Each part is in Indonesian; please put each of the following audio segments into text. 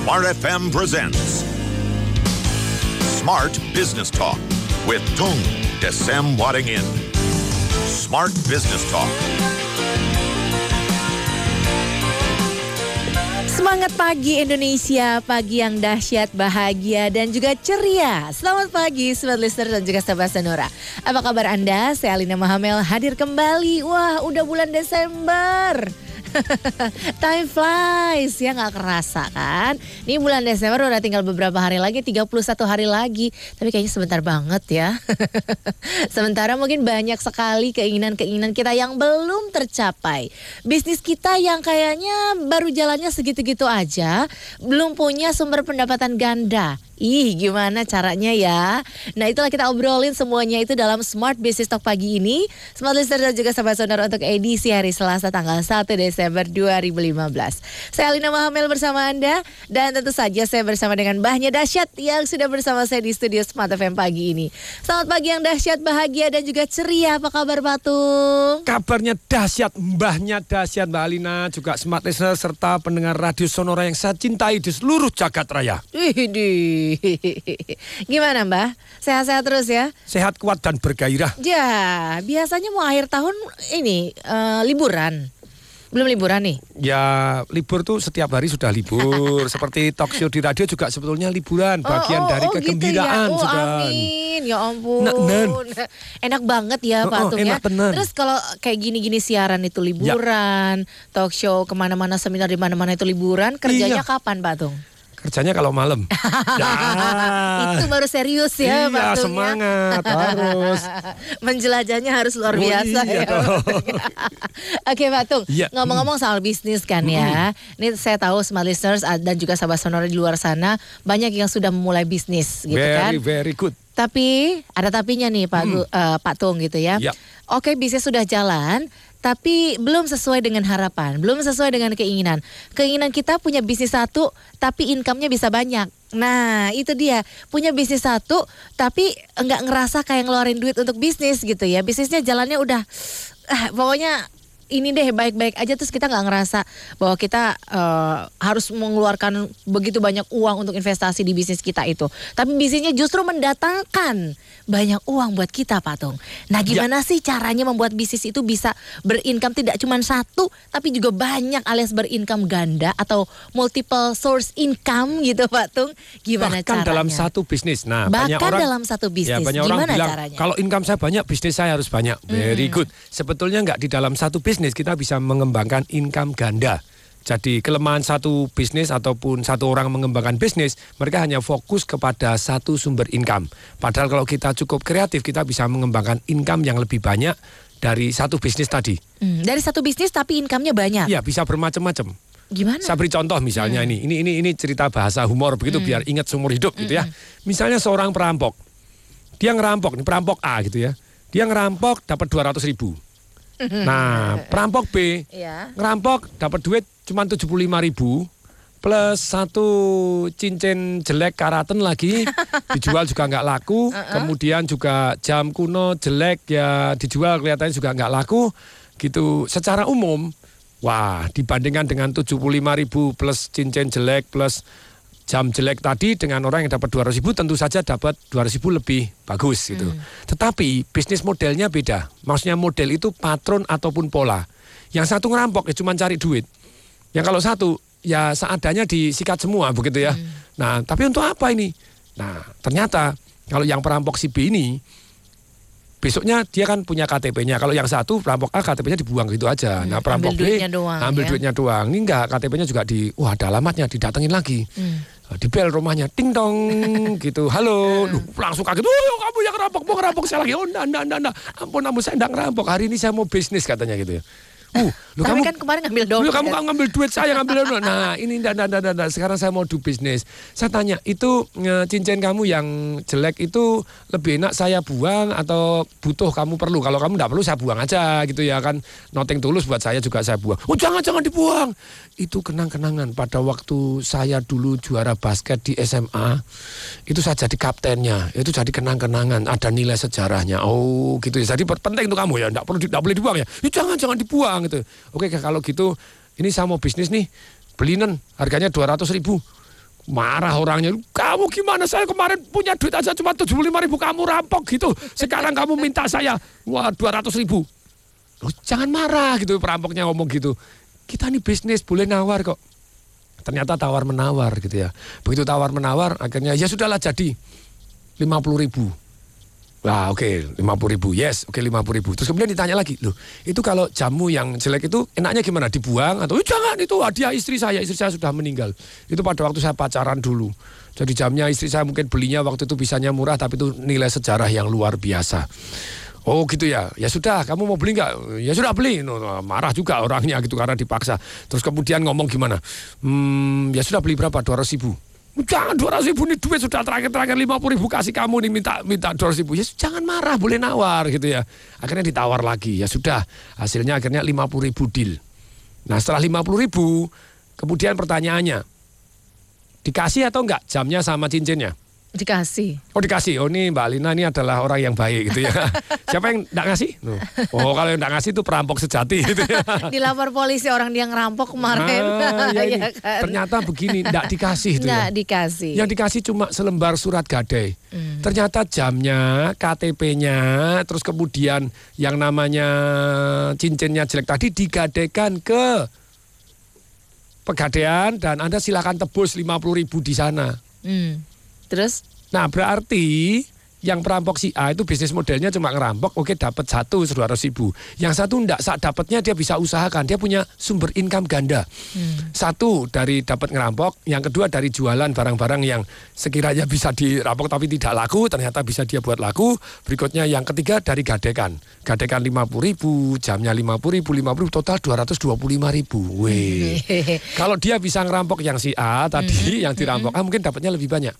Smart FM presents Smart Business Talk with Tung Desem Waddingin. Smart Business Talk. Semangat pagi Indonesia, pagi yang dahsyat, bahagia dan juga ceria. Selamat pagi Smart Listener dan juga sahabat Sonora. Apa kabar Anda? Saya Alina Mahamel hadir kembali. Wah, udah bulan Desember. Time flies, ya gak kerasa kan? Ini bulan Desember udah tinggal beberapa hari lagi, 31 hari lagi. Tapi kayaknya sebentar banget ya. Sementara mungkin banyak sekali keinginan-keinginan kita yang belum tercapai. Bisnis kita yang kayaknya baru jalannya segitu-gitu aja, belum punya sumber pendapatan ganda. Gimana caranya ya? Nah, itulah kita obrolin semuanya itu dalam Smart Business Talk pagi ini. Smart Listener dan juga sahabat Sonora untuk edisi hari Selasa tanggal 1 Desember 2015. Saya Alina Mahamel bersama Anda. Dan tentu saja saya bersama dengan Mbahnya Dahsyat yang sudah bersama saya di studio Smart FM pagi ini. Selamat pagi yang dahsyat, bahagia dan juga ceria. Apa kabar Patung? Kabarnya dahsyat, Mbahnya Dahsyat, Mbak Alina, juga Smart Listener serta pendengar radio Sonora yang saya cintai di seluruh jagat raya. Gimana Mbah? Sehat-sehat terus ya? Sehat, kuat dan bergairah. Ya, biasanya mau akhir tahun ini liburan. Belum liburan nih? Ya, libur tuh setiap hari sudah libur. Seperti talk show di radio juga sebetulnya liburan. Bagian dari kegembiraan gitu ya? sudah. Amin, ya ampun. Enak banget ya Patung ya. Terus kalau kayak gini-gini siaran itu liburan, talk show kemana-mana, seminar di mana-mana itu liburan. Kerjanya kapan Patung? Kerjanya kalau malam. Itu baru serius ya Pak. Iya, semangat harus. Menjelajahnya harus luar biasa ya. Oke Pak Tung, ngomong-ngomong soal bisnis kan ya. Ini saya tahu Smart Listeners dan juga sahabat Sonora di luar sana banyak yang sudah memulai bisnis gitu kan. Very good. Tapi ada tapinya nih Pak Tung gitu ya. Oke, bisnis sudah jalan, tapi belum sesuai dengan harapan, belum sesuai dengan keinginan. Keinginan kita punya bisnis satu, tapi income-nya bisa banyak. Nah, itu dia. Punya bisnis satu, tapi enggak ngerasa kayak ngeluarin duit untuk bisnis gitu ya. Bisnisnya jalannya udah, pokoknya ini deh baik-baik aja, terus kita nggak ngerasa bahwa kita harus mengeluarkan begitu banyak uang untuk investasi di bisnis kita itu. Tapi bisnisnya justru mendatangkan banyak uang buat kita Patung. Nah, gimana sih caranya membuat bisnis itu bisa berincome tidak cuma satu, tapi juga banyak alias berincome ganda atau multiple source income gitu Patung? Gimana bahkan caranya? Dalam satu bisnis. Nah, bahkan banyak orang, dalam satu bisnis. banyak gimana orang bilang, caranya? kalau income saya banyak, bisnis saya harus banyak. Very good. Sebetulnya nggak di dalam satu bisnis kita bisa mengembangkan income ganda. Jadi kelemahan satu bisnis ataupun satu orang mengembangkan bisnis, mereka hanya fokus kepada satu sumber income. Padahal kalau kita cukup kreatif, kita bisa mengembangkan income yang lebih banyak dari satu bisnis tadi. Dari satu bisnis tapi income-nya banyak? Iya, bisa bermacam-macam. Gimana? Saya beri contoh misalnya ini cerita bahasa humor begitu biar ingat seumur hidup gitu ya. Misalnya seorang perampok. Dia ngerampok, nih perampok A gitu ya. Dia ngerampok dapat 200.000. Nah, perampok B ngerampok dapat duit cuma 75.000 plus satu cincin jelek karaten lagi dijual juga nggak laku. Kemudian juga jam kuno jelek ya dijual kelihatannya juga nggak laku gitu. Secara umum, wah dibandingkan dengan 75.000 plus cincin jelek plus jam jelek tadi dengan orang yang dapat 200.000 tentu saja dapat 200.000 lebih bagus gitu. Tetapi bisnis modelnya beda. Maksudnya model itu patron ataupun pola. Yang satu ngerampok ya cuma cari duit. Yang kalau satu ya seadanya disikat semua begitu ya. Nah, tapi untuk apa ini? Nah, ternyata kalau yang perampok si B ini besoknya dia kan punya KTP-nya. Kalau yang satu perampok A KTP-nya dibuang gitu aja. Nah, perampok B ambil duitnya doang. Ini enggak, KTP-nya juga ada alamatnya, didatengin lagi. Di bel rumahnya, ting dong gitu. Halo, langsung kaget. Oh, kamu yang ngerampok, mau ngerampok saya lagi. Oh, enggak. Ampun, saya enggak ngerampok. Hari ini saya mau bisnis katanya gitu ya. Tapi kan kemarin ngambil dompet. Kamu ngambil duit saya, ngambil dompet. Nah, ini enggak. Sekarang saya mau do bisnis. Saya tanya, itu cincin kamu yang jelek itu lebih enak saya buang atau butuh kamu perlu? Kalau kamu enggak perlu saya buang aja gitu ya kan. Nothing tulus buat saya juga saya buang. Oh, jangan dibuang. Itu kenang-kenangan pada waktu saya dulu juara basket di SMA. Itu saya jadi kaptennya. Itu jadi kenang-kenangan, ada nilai sejarahnya. Oh, gitu ya. Jadi penting untuk kamu ya, enggak boleh dibuang ya. Jangan dibuang gitu. Oke, kalau gitu ini saya mau bisnis nih, beli harganya 200.000. Marah orangnya, kamu gimana, saya kemarin punya duit aja cuma 75.000, kamu rampok gitu. Sekarang kamu minta saya, 200.000. Loh, jangan marah gitu, perampoknya ngomong gitu. Kita ini bisnis, boleh nawar kok. Ternyata tawar-menawar gitu ya. Begitu tawar-menawar, akhirnya ya sudahlah jadi 50.000. Wah oke, 50.000, yes, oke 50.000. Terus kemudian ditanya lagi, loh itu kalau jamu yang jelek itu enaknya gimana, dibuang atau jangan, itu hadiah istri saya sudah meninggal. Itu pada waktu saya pacaran dulu. Jadi jamnya istri saya mungkin belinya waktu itu bisanya murah, tapi itu nilai sejarah yang luar biasa. Oh gitu ya, ya sudah, kamu mau beli nggak? Ya sudah beli. Marah juga orangnya gitu karena dipaksa. Terus kemudian ngomong gimana? Ya sudah, beli berapa? 200.000. Jangan 200.000, ini duit sudah terakhir 50.000 kasih kamu nih, minta 200.000. Ya jangan marah, boleh nawar gitu ya. Akhirnya ditawar lagi, ya sudah. Hasilnya akhirnya 50.000 deal. Nah setelah 50.000, kemudian pertanyaannya, dikasih atau enggak jamnya sama cincinnya? Dikasih. Oh dikasih, oh ini Mbak Lina ini adalah orang yang baik gitu ya. Siapa yang enggak ngasih? Oh kalau yang enggak ngasih itu perampok sejati gitu ya. Dilapor polisi orang dia ngerampok kemarin. Ya ini, ya kan? ternyata begini, enggak dikasih itu ya. Dikasih. Yang dikasih cuma selembar surat gadai. Ternyata jamnya, KTP-nya, terus kemudian yang namanya cincinnya jelek tadi digadaikan ke Pegadaian dan Anda silakan tebus 50.000 di sana. Terus? Nah berarti yang perampok si A itu bisnis modelnya cuma ngerampok, oke dapat 200.000. Yang satu enggak, saat dapatnya dia bisa usahakan, dia punya sumber income ganda. Satu dari dapat ngerampok, yang kedua dari jualan barang-barang yang sekiranya bisa dirampok tapi tidak laku, ternyata bisa dia buat laku. Berikutnya yang ketiga dari gadekan. Gadekan 50.000, jamnya 50.000, total 225.000. Weh. Kalau dia bisa ngerampok yang si A tadi, yang dirampok A mungkin dapatnya lebih banyak.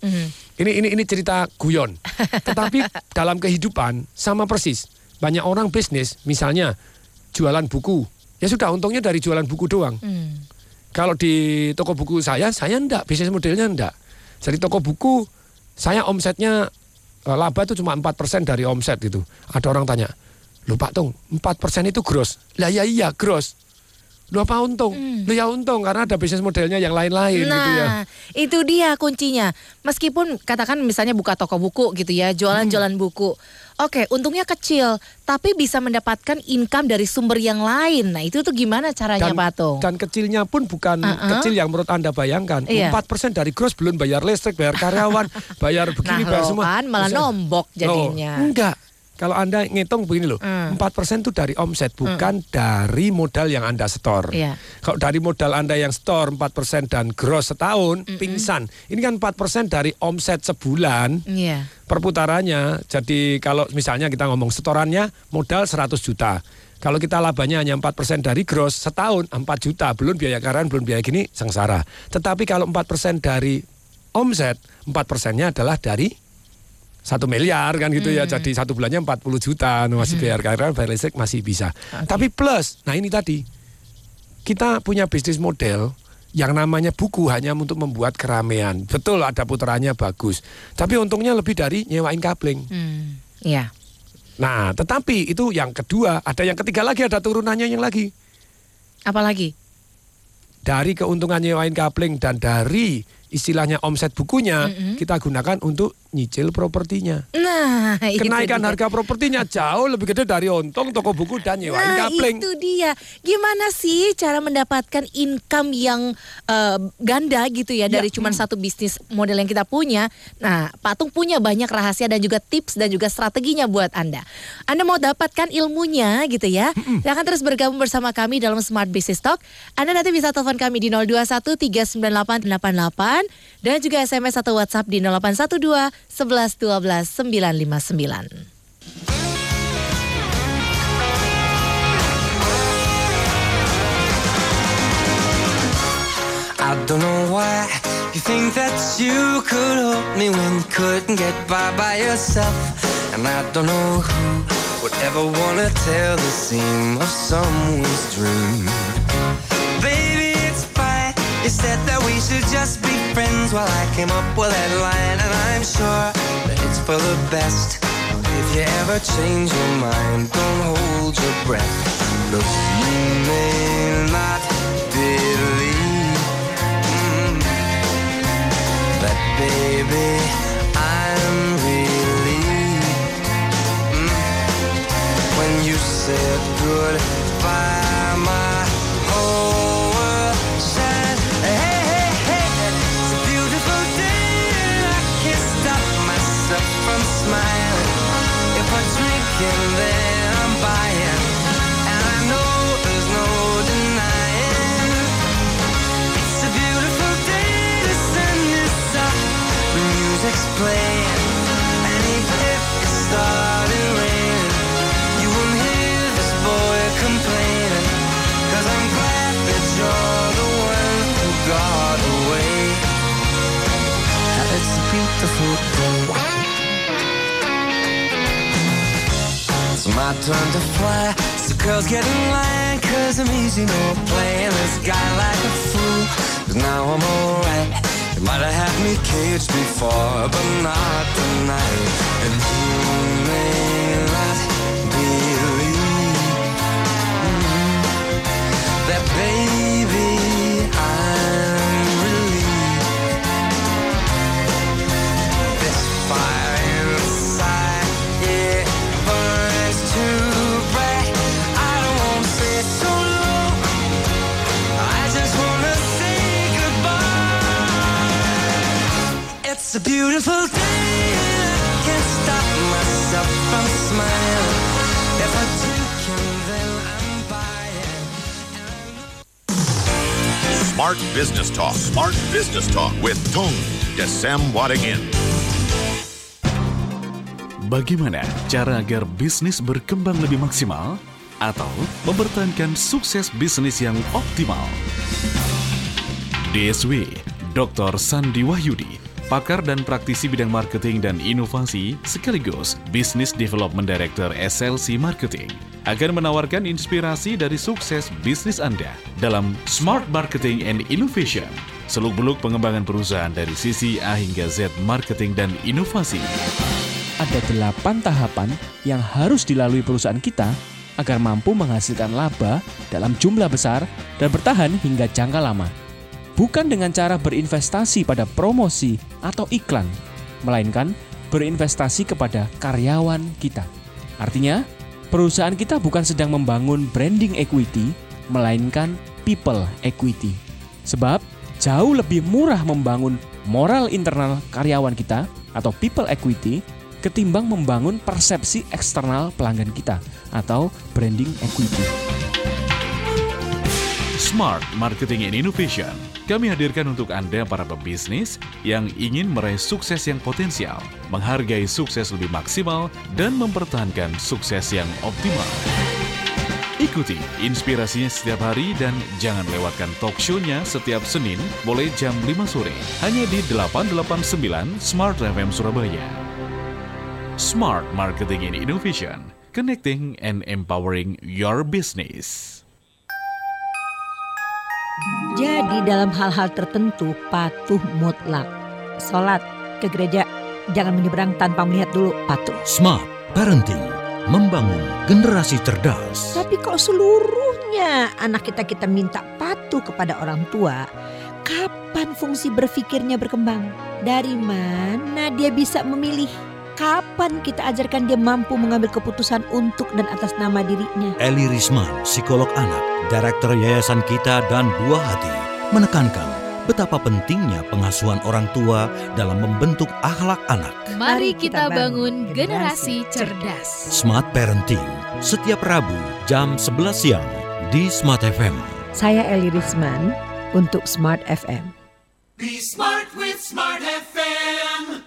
Ini cerita guyon. Tetapi dalam kehidupan sama persis. Banyak orang bisnis, misalnya jualan buku. Ya sudah, untungnya dari jualan buku doang. Kalau di toko buku saya enggak, bisnis modelnya enggak. Jadi toko buku, saya omsetnya, laba itu cuma 4% dari omset gitu. Ada orang tanya, loh Pak Tung, 4% itu gross. Lah ya iya gross. Loh apa untung? Loh ya untung karena ada bisnis modelnya yang lain-lain gitu ya. Nah, itu dia kuncinya. Meskipun katakan misalnya buka toko buku gitu ya, jualan-jualan buku. Oke, untungnya kecil, tapi bisa mendapatkan income dari sumber yang lain. Nah, itu tuh gimana caranya, Pak Tung? Dan kecilnya pun bukan kecil yang menurut Anda bayangkan. 4% dari gross belum bayar listrik, bayar karyawan, bayar begini, bayar semua. Kan malah nombok jadinya. Enggak. Kalau Anda ngitung begini loh, 4% itu dari omset, bukan dari modal yang Anda setor. Kalau dari modal Anda yang setor 4% dan gross setahun, pingsan. Ini kan 4% dari omset sebulan, perputarannya. Jadi kalau misalnya kita ngomong setorannya modal 100 juta. Kalau kita labanya hanya 4% dari gross, setahun 4 juta. Belum biaya karyawan, belum biaya gini, sengsara. Tetapi kalau 4% dari omset, 4%-nya adalah dari 1 miliar kan gitu ya, jadi 1 bulannya 40 juta, masih bayar karyawan, bayar listrik masih bisa. Tapi plus, nah ini tadi, kita punya bisnis model yang namanya buku hanya untuk membuat keramaian. Betul ada putarannya bagus, tapi untungnya lebih dari nyewain kabling. Nah tetapi itu yang kedua, ada yang ketiga lagi, ada turunannya yang lagi. Apa lagi? Dari keuntungan nyewain kabling dan dari istilahnya omset bukunya, kita gunakan untuk nyicil propertinya. Nah, kenaikan harga propertinya jauh lebih gede dari untung toko buku dan nyewain kabling. Itu dia. Gimana sih cara mendapatkan income yang ganda gitu ya dari cuma satu bisnis model yang kita punya. Nah, Pak Tung punya banyak rahasia dan juga tips dan juga strateginya buat Anda. Anda mau dapatkan ilmunya gitu ya. Silahkan terus bergabung bersama kami dalam Smart Business Talk. Anda nanti bisa telepon kami di 021 39888 dan juga SMS atau WhatsApp di 0812 11 12 959. I don't know why you think that you could help me when you couldn't get by yourself. And I don't know who would ever wanna tell the seam of someone's dream. Baby, it's fine. You said that we should just be friends. Well, I came up with that line, and I'm sure that it's for the best. If you ever change your mind, don't hold your breath. Look, you may not believe baby, I'm relieved. When you said goodbye, my whole world shined. Hey, hey, hey, it's a beautiful day, and I can't stop myself from smiling. If I drink and then I'm buying, and I know there's no denying. It's a beautiful day, the sun is up, the music's playing, and even if it started raining, you won't hear this boy complaining, 'cause I'm glad that you're the one who got away. Now it's a beautiful day. It's my turn to fly, so girls get in line, 'cause I'm easy, no playing this guy like a fool. 'Cause now I'm alright. You might have had me caged before, but not tonight. And you may not believe that, baby, I'm relieved. This fire inside, it burns too bright. I don't want to say so long, I just want to say goodbye. It's a beautiful day, and I can't stop myself from smiling. If I drink and then I'm buying. Smart Business Talk. Smart Business Talk with Tung Desem Wadingin. Bagaimana cara agar bisnis berkembang lebih maksimal atau mempertahankan sukses bisnis yang optimal? DSW, Dr. Sandi Wahyudi, pakar dan praktisi bidang marketing dan inovasi sekaligus Business Development Director SLC Marketing, akan menawarkan inspirasi dari sukses bisnis Anda dalam Smart Marketing and Innovation, seluk-beluk pengembangan perusahaan dari sisi A hingga Z marketing dan inovasi. Ada 8 tahapan yang harus dilalui perusahaan kita agar mampu menghasilkan laba dalam jumlah besar dan bertahan hingga jangka lama. Bukan dengan cara berinvestasi pada promosi atau iklan, melainkan berinvestasi kepada karyawan kita. Artinya, perusahaan kita bukan sedang membangun branding equity, melainkan people equity. Sebab, jauh lebih murah membangun moral internal karyawan kita atau people equity ketimbang membangun persepsi eksternal pelanggan kita atau branding equity. Smart Marketing and Innovation. Kami hadirkan untuk Anda para pebisnis yang ingin meraih sukses yang potensial, menghargai sukses lebih maksimal, dan mempertahankan sukses yang optimal. Ikuti inspirasinya setiap hari dan jangan lewatkan talk show-nya setiap Senin mulai jam 5 sore. Hanya di 889 Smart FM Surabaya. Smart Marketing and Innovation. Connecting and empowering your business. Jadi dalam hal-hal tertentu patuh mutlak. Sholat, ke gereja, jangan menyeberang tanpa melihat dulu, patuh. Smart Parenting, membangun generasi cerdas. Tapi kalau seluruhnya anak kita minta patuh kepada orang tua, kapan fungsi berpikirnya berkembang? Dari mana dia bisa memilih? Kapan kita ajarkan dia mampu mengambil keputusan untuk dan atas nama dirinya? Eli Risman, psikolog anak, Direktur Yayasan Kita dan Buah Hati, menekankan betapa pentingnya pengasuhan orang tua dalam membentuk akhlak anak. Mari kita bangun generasi cerdas. Smart Parenting, setiap Rabu jam 11 siang di Smart FM. Saya Eli Risman untuk Smart FM. Be smart with Smart FM.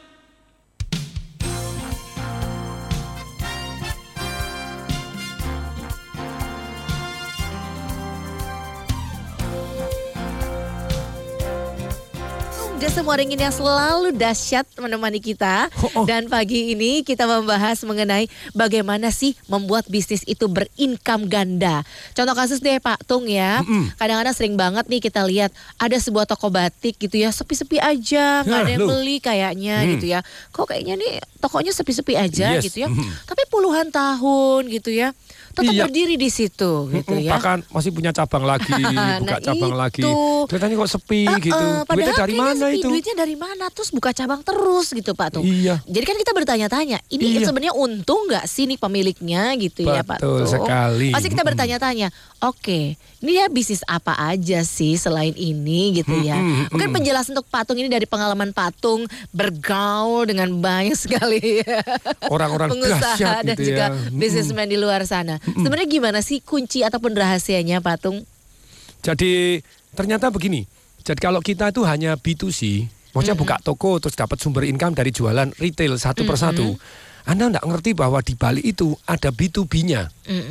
Desem Wadingin yang selalu dahsyat menemani kita. Dan pagi ini kita membahas mengenai bagaimana sih membuat bisnis itu berincome ganda. Contoh kasus deh Pak Tung ya. Kadang-kadang sering banget nih kita lihat ada sebuah toko batik gitu ya, sepi-sepi aja, nggak ada yang beli kayaknya gitu ya. Kok kayaknya nih tokonya sepi-sepi aja gitu ya. Tapi puluhan tahun gitu ya. Tetap berdiri di situ gitu ya. Bahkan masih punya cabang lagi, buka cabang lagi. Kelihatannya kok sepi gitu. Duitnya dari mana tapi itu. duitnya dari mana? Terus buka cabang terus gitu Pak Tung. Iya. Jadi kan kita bertanya-tanya, ini sebenarnya untung nggak sih nih pemiliknya gitu ya Pak Tung? Betul sekali. Pasti kita bertanya-tanya, oke, ini dia bisnis apa aja sih selain ini gitu ya? Mungkin penjelasan untuk Pak Tung ini dari pengalaman Pak Tung bergaul dengan banyak sekali orang-orang pengusaha dahsyat dan gitu juga ya. bisnismen di luar sana. Sebenarnya gimana sih kunci ataupun rahasianya Pak Tung? Jadi ternyata begini. Jadi kalau kita itu hanya B2C, maksudnya buka toko terus dapat sumber income dari jualan retail satu persatu. Anda nggak ngerti bahwa di balik itu ada B2B-nya.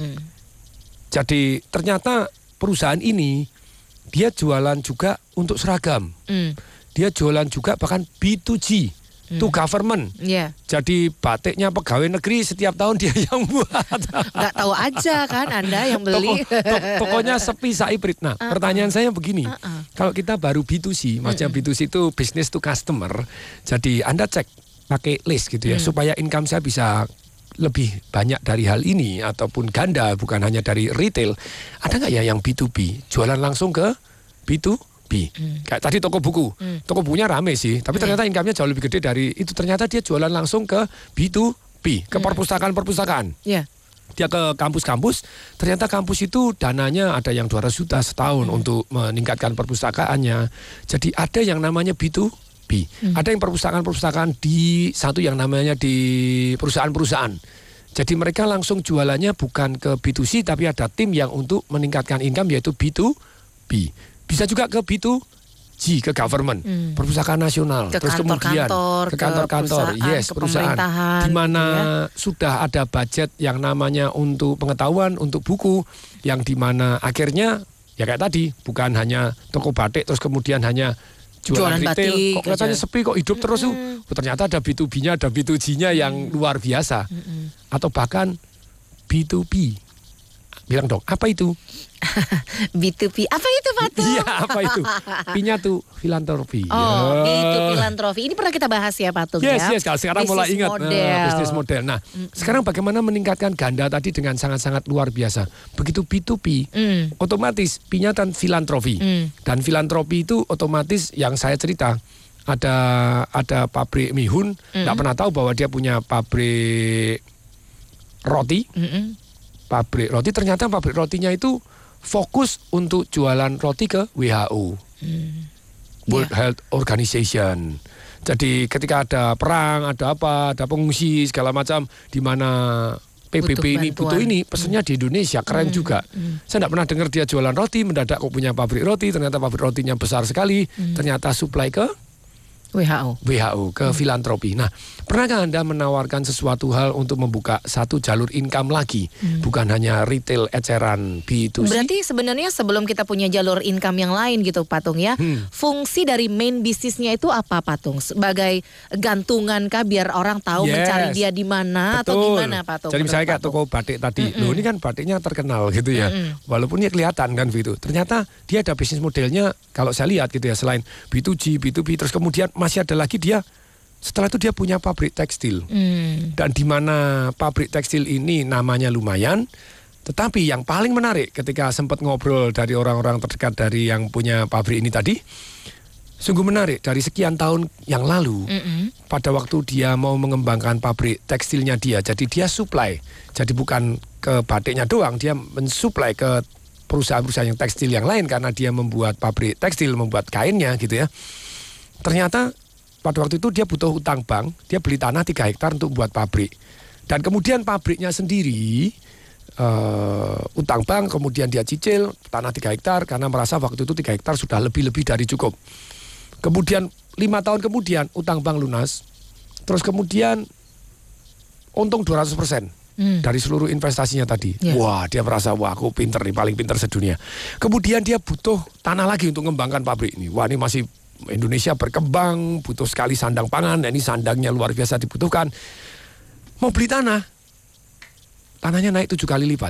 Jadi ternyata perusahaan ini dia jualan juga untuk seragam. Dia jualan juga bahkan B2G. To government. Jadi batiknya pegawai negeri setiap tahun dia yang buat. Nggak tahu aja kan Anda yang beli. Tokonya sepi saiprit. Nah, pertanyaan saya begini. Kalau kita baru B2C, maksudnya B2C itu business to customer. Jadi Anda cek pakai list gitu ya, supaya income saya bisa lebih banyak dari hal ini ataupun ganda, bukan hanya dari retail. Ada nggak ya yang B2B, jualan langsung ke B2B? Kayak tadi toko buku. Toko bukunya rame sih, tapi ternyata income-nya jauh lebih gede dari itu. Ternyata dia jualan langsung ke B2B, ke perpustakaan-perpustakaan. Dia ke kampus-kampus, ternyata kampus itu dananya ada yang 200 juta setahun untuk meningkatkan perpustakaannya. Jadi ada yang namanya B2B. Ada yang perpustakaan-perpustakaan di satu yang namanya di perusahaan-perusahaan. Jadi mereka langsung jualannya bukan ke B2C, tapi ada tim yang untuk meningkatkan income yaitu B2B. Bisa juga ke B2G, ke government, perpustakaan nasional, ke terus kemudian ke kantor-kantor, perusahaan, di mana sudah ada budget yang namanya untuk pengetahuan, untuk buku, yang di mana akhirnya ya kayak tadi, bukan hanya toko batik terus kemudian hanya jualan retail, batik, kok kelihatannya sepi, kok hidup terus tuh. Ternyata ada B2B-nya, ada B2G-nya yang luar biasa, atau bahkan B2B. Bilang dong, apa itu? B2B, apa itu Pak Tung? Iya, apa itu? P-nya tuh filantropi. Itu filantropi. Ini pernah kita bahas ya Pak Tung Yes, ya? sekarang mulai ingat bisnis model. Nah, sekarang bagaimana meningkatkan ganda tadi dengan sangat-sangat luar biasa. Begitu B2B, otomatis P-nya kan filantropi. Dan filantropi itu otomatis yang saya cerita, ada pabrik mihun, nggak pernah tahu bahwa dia punya pabrik roti. Pabrik roti, ternyata pabrik rotinya itu fokus untuk jualan roti ke WHO, World Health Organization. Jadi ketika ada perang, ada apa, ada pengungsi segala macam, di mana PBB ini butuh ini, pesennya di Indonesia, keren juga. Saya tidak pernah dengar dia jualan roti, mendadak kok punya pabrik roti, ternyata pabrik rotinya besar sekali, ternyata supply ke WHO, ke filantropi. Nah, pernahkah Anda menawarkan sesuatu hal untuk membuka satu jalur income lagi, bukan hanya retail eceran B2C? Berarti sebenarnya sebelum kita punya jalur income yang lain gitu Pak Tung ya, fungsi dari main bisnisnya itu apa Pak Tung? Sebagai gantungan kah biar orang tahu mencari dia di mana atau gimana Pak Tung? Jadi misalnya kayak toko batik tadi, loh ini kan batiknya terkenal gitu ya, walaupun dia kelihatan kan gitu. Ternyata dia ada bisnis modelnya, kalau saya lihat gitu ya, selain B2G, B2B, terus kemudian masih ada lagi dia, setelah itu dia punya pabrik tekstil. Dan di mana pabrik tekstil ini namanya lumayan, tetapi yang paling menarik ketika sempat ngobrol dari orang-orang terdekat dari yang punya pabrik ini tadi, sungguh menarik, dari sekian tahun yang lalu, pada waktu dia mau mengembangkan pabrik tekstilnya dia, jadi dia supply, jadi bukan ke batiknya doang, dia mensuplai ke perusahaan-perusahaan yang tekstil yang lain, karena dia membuat pabrik tekstil, membuat kainnya gitu ya. Ternyata pada waktu itu dia butuh utang bank, dia beli tanah 3 hektar untuk buat pabrik. Dan kemudian pabriknya sendiri utang bank, kemudian dia cicil tanah 3 hektar karena merasa waktu itu 3 hektar sudah lebih-lebih dari cukup. Kemudian 5 tahun kemudian utang bank lunas, terus kemudian untung 200% dari seluruh investasinya tadi. Wah, dia merasa, wah aku pinter nih, paling pinter sedunia. Kemudian dia butuh tanah lagi untuk mengembangkan pabrik ini. Wah, ini masih Indonesia berkembang, butuh sekali sandang pangan, dan ini sandangnya luar biasa dibutuhkan. Mau beli tanah, tanahnya naik 7 kali lipat.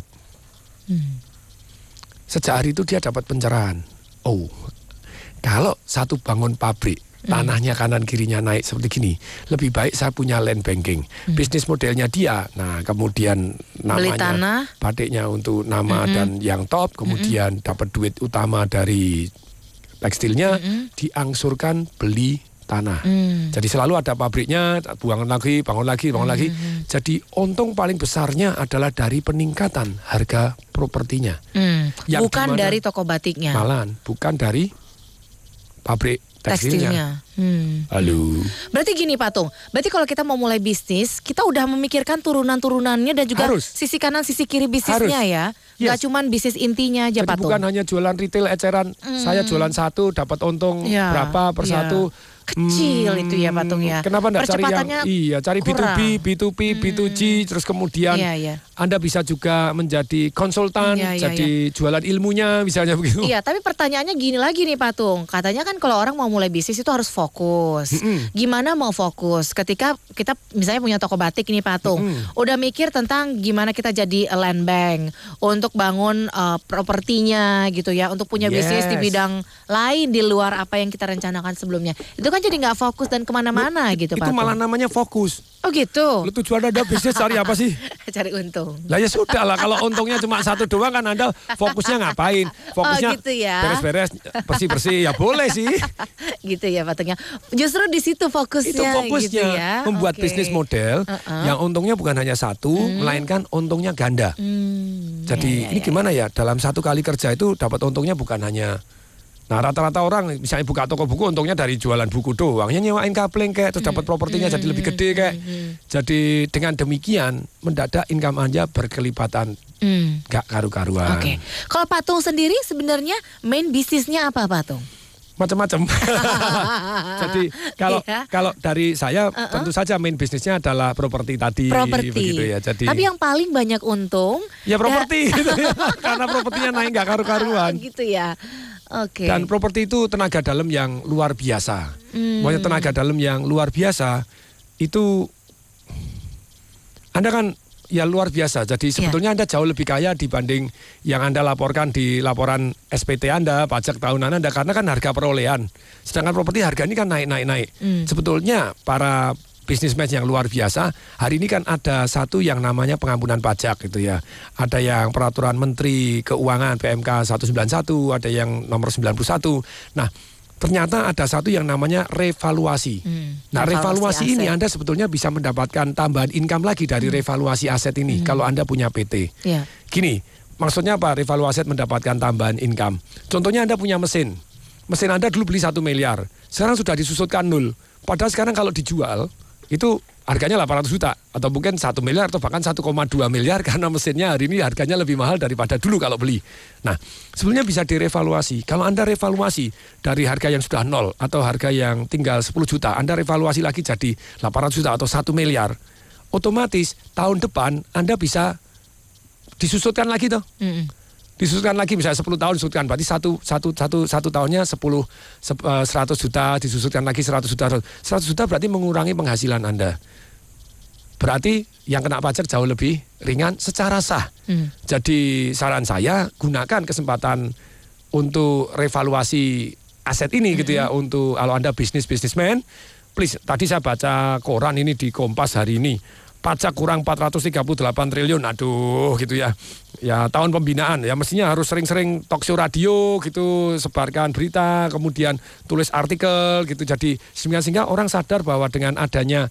Sejak hari itu dia dapat pencerahan. Oh, kalau satu bangun pabrik, tanahnya kanan kirinya naik seperti gini, lebih baik saya punya land banking. Bisnis modelnya dia, nah kemudian namanya batiknya untuk nama dan yang top, kemudian dapat duit utama dari tekstilnya diangsurkan beli tanah. Jadi selalu ada pabriknya, bangun lagi. Jadi untung paling besarnya adalah dari peningkatan harga propertinya. Bukan dari toko batiknya. Malahan bukan dari pabrik tekstilnya. Halo. Berarti gini Pak Tung, berarti kalau kita mau mulai bisnis, kita udah memikirkan turunan-turunannya dan juga sisi kanan, sisi kiri bisnisnya ya. Gak cuman bisnis intinya aja Pak Tung. Bukan hanya jualan retail eceran, saya jualan satu dapat untung berapa per satu. Kecil itu ya Pak Tung ya. Kenapa enggak cari yang cari B2B, B2P, B2G, terus kemudian Anda bisa juga menjadi konsultan, jadi jualan ilmunya misalnya begitu. Iya, tapi pertanyaannya gini lagi nih Pak Tung. Katanya kan kalau orang mau mulai bisnis itu harus fokus. Gimana mau fokus? Ketika kita misalnya punya toko batik nih Pak Tung, udah mikir tentang gimana kita jadi land bank untuk bangun propertinya gitu ya, untuk punya bisnis di bidang lain di luar apa yang kita rencanakan sebelumnya. Itu kan jadi nggak fokus dan kemana-mana gitu Pak. Itu malah namanya fokus. Oh gitu. Lu tujuan Anda bisnis cari apa sih? Cari untung. Lah ya sudah lah, kalau untungnya cuma satu doang kan Anda fokusnya ngapain? Fokusnya gitu ya. Beres-beres, bersih-bersih ya boleh sih. Gitu ya Pak Tungnya. Justru di situ fokusnya. Itu fokusnya gitu ya. membuat bisnis model yang untungnya bukan hanya satu, melainkan untungnya ganda. Jadi ini gimana ya? Dalam satu kali kerja itu dapat untungnya bukan hanya. Nah rata-rata orang misalnya buka toko buku untungnya dari jualan buku doang, ya nyewain kapling kayak terus dapat propertinya jadi lebih gede kayak. Jadi dengan demikian mendadak income Anda berkelipatan, gak karu-karuan. Oke. Kalau Pak Tung sendiri sebenarnya main bisnisnya apa Pak Tung? Macam-macam. Jadi kalau dari saya tentu saja main bisnisnya adalah properti tadi. Begitu ya. Jadi tapi yang paling banyak untung ya properti gitu ya. Karena propertinya naik gak karu-karuan. Gitu ya. Oke. Dan properti itu tenaga dalam yang luar biasa. Maksudnya tenaga dalam yang luar biasa itu Anda kan ya luar biasa. Jadi sebetulnya Anda jauh lebih kaya dibanding yang Anda laporkan di laporan SPT Anda, pajak tahunan Anda, karena kan harga perolehan. Sedangkan properti harga ini kan naik. Sebetulnya para bisnismen yang luar biasa, hari ini kan ada satu yang namanya pengampunan pajak gitu ya. Ada yang peraturan Menteri Keuangan PMK 191, ada yang nomor 91. Nah, ternyata ada satu yang namanya revaluasi. Nah, revaluasi ini Anda sebetulnya bisa mendapatkan tambahan income lagi dari revaluasi aset ini kalau Anda punya PT. Gini, maksudnya apa revaluasi aset mendapatkan tambahan income? Contohnya Anda punya mesin. Mesin Anda dulu beli 1 miliar, sekarang sudah disusutkan 0. Padahal sekarang kalau dijual itu harganya 800 juta atau mungkin 1 miliar atau bahkan 1,2 miliar karena mesinnya hari ini harganya lebih mahal daripada dulu kalau beli. Nah, sebenarnya bisa direvaluasi. Kalau Anda revaluasi dari harga yang sudah 0 atau harga yang tinggal 10 juta, Anda revaluasi lagi jadi 800 juta atau 1 miliar. Otomatis tahun depan Anda bisa disusutkan lagi toh. Disusutkan lagi misalnya 10 tahun disusutkan, berarti satu tahunnya 100 juta, disusutkan lagi 100 juta. 100 juta berarti mengurangi penghasilan Anda. Berarti yang kena pajak jauh lebih ringan secara sah. Jadi saran saya gunakan kesempatan untuk revaluasi aset ini gitu ya, untuk kalau Anda bisnismen, please, tadi saya baca koran ini di Kompas hari ini. Pajak kurang 438 triliun, aduh gitu ya. Ya tahun pembinaan, ya mestinya harus sering-sering talk show radio gitu, sebarkan berita, kemudian tulis artikel gitu. Jadi sehingga orang sadar bahwa dengan adanya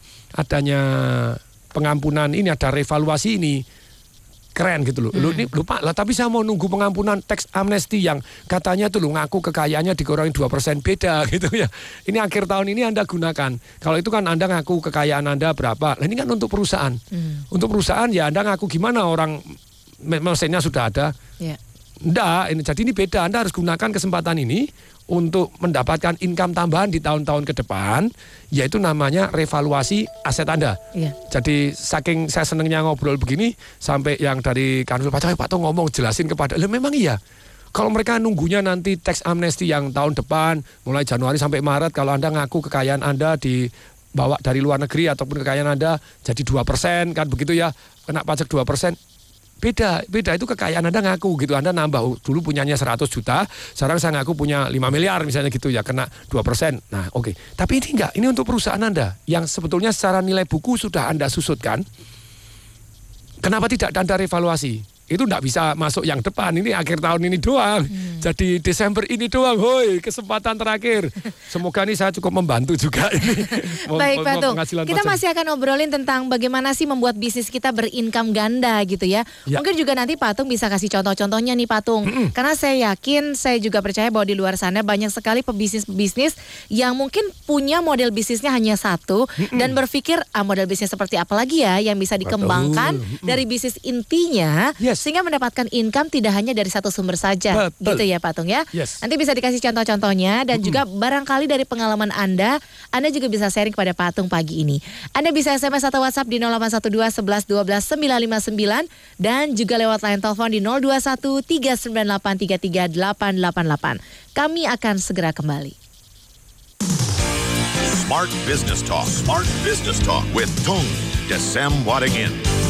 pengampunan ini, ada revaluasi ini, keren gitu loh. Ini lupa lah, tapi saya mau nunggu pengampunan teks amnesti yang katanya tuh ngaku kekayaannya dikurangi 2% beda gitu ya. Ini akhir tahun ini Anda gunakan. Kalau itu kan Anda ngaku kekayaan Anda berapa. Nah, ini kan untuk perusahaan. Untuk perusahaan ya Anda ngaku gimana orang mesinnya sudah ada. Enggak, jadi ini beda. Anda harus gunakan kesempatan ini untuk mendapatkan income tambahan di tahun-tahun ke depan, yaitu namanya revaluasi aset Anda. Jadi saking saya senengnya ngobrol begini, sampai yang dari Kanwil Pajak, Pak Tung ngomong jelasin kepada, memang iya. Kalau mereka nunggunya nanti tax amnesty yang tahun depan, mulai Januari sampai Maret, kalau Anda ngaku kekayaan Anda dibawa dari luar negeri ataupun kekayaan Anda jadi 2%, kan begitu ya, kena pajak 2%. Beda itu kekayaan Anda ngaku gitu. Anda nambah dulu punyanya 100 juta, sekarang saya ngaku punya 5 miliar misalnya gitu ya, kena 2%. Nah, oke. Tapi ini enggak, ini untuk perusahaan Anda yang sebetulnya secara nilai buku sudah Anda susutkan. Kenapa tidak Anda revaluasi? itu enggak bisa masuk yang depan. Ini akhir tahun ini doang. Jadi Desember ini doang. Hoi, kesempatan terakhir. Semoga nih saya cukup membantu juga ini. Baik Patung, kita masih akan ngobrolin tentang bagaimana sih membuat bisnis kita berincome ganda gitu ya. Mungkin juga nanti Patung bisa kasih contoh-contohnya nih Patung. Karena saya yakin, saya juga percaya bahwa di luar sana banyak sekali pebisnis-pebisnis yang mungkin punya model bisnisnya hanya satu dan berpikir model bisnis seperti apa lagi ya yang bisa dikembangkan dari bisnis intinya sehingga mendapatkan income tidak hanya dari satu sumber saja. Gitu ya Patung ya. Nanti bisa dikasih contoh-contohnya dan juga barangkali dari pengalaman Anda juga bisa sharing kepada Patung pagi ini. Anda bisa SMS atau WhatsApp di 0812 11 12 959 dan juga lewat line telepon di 021 398 33888. Kami akan segera kembali. Smart Business Talk. Smart Business Talk with Tung Desem Wadingin.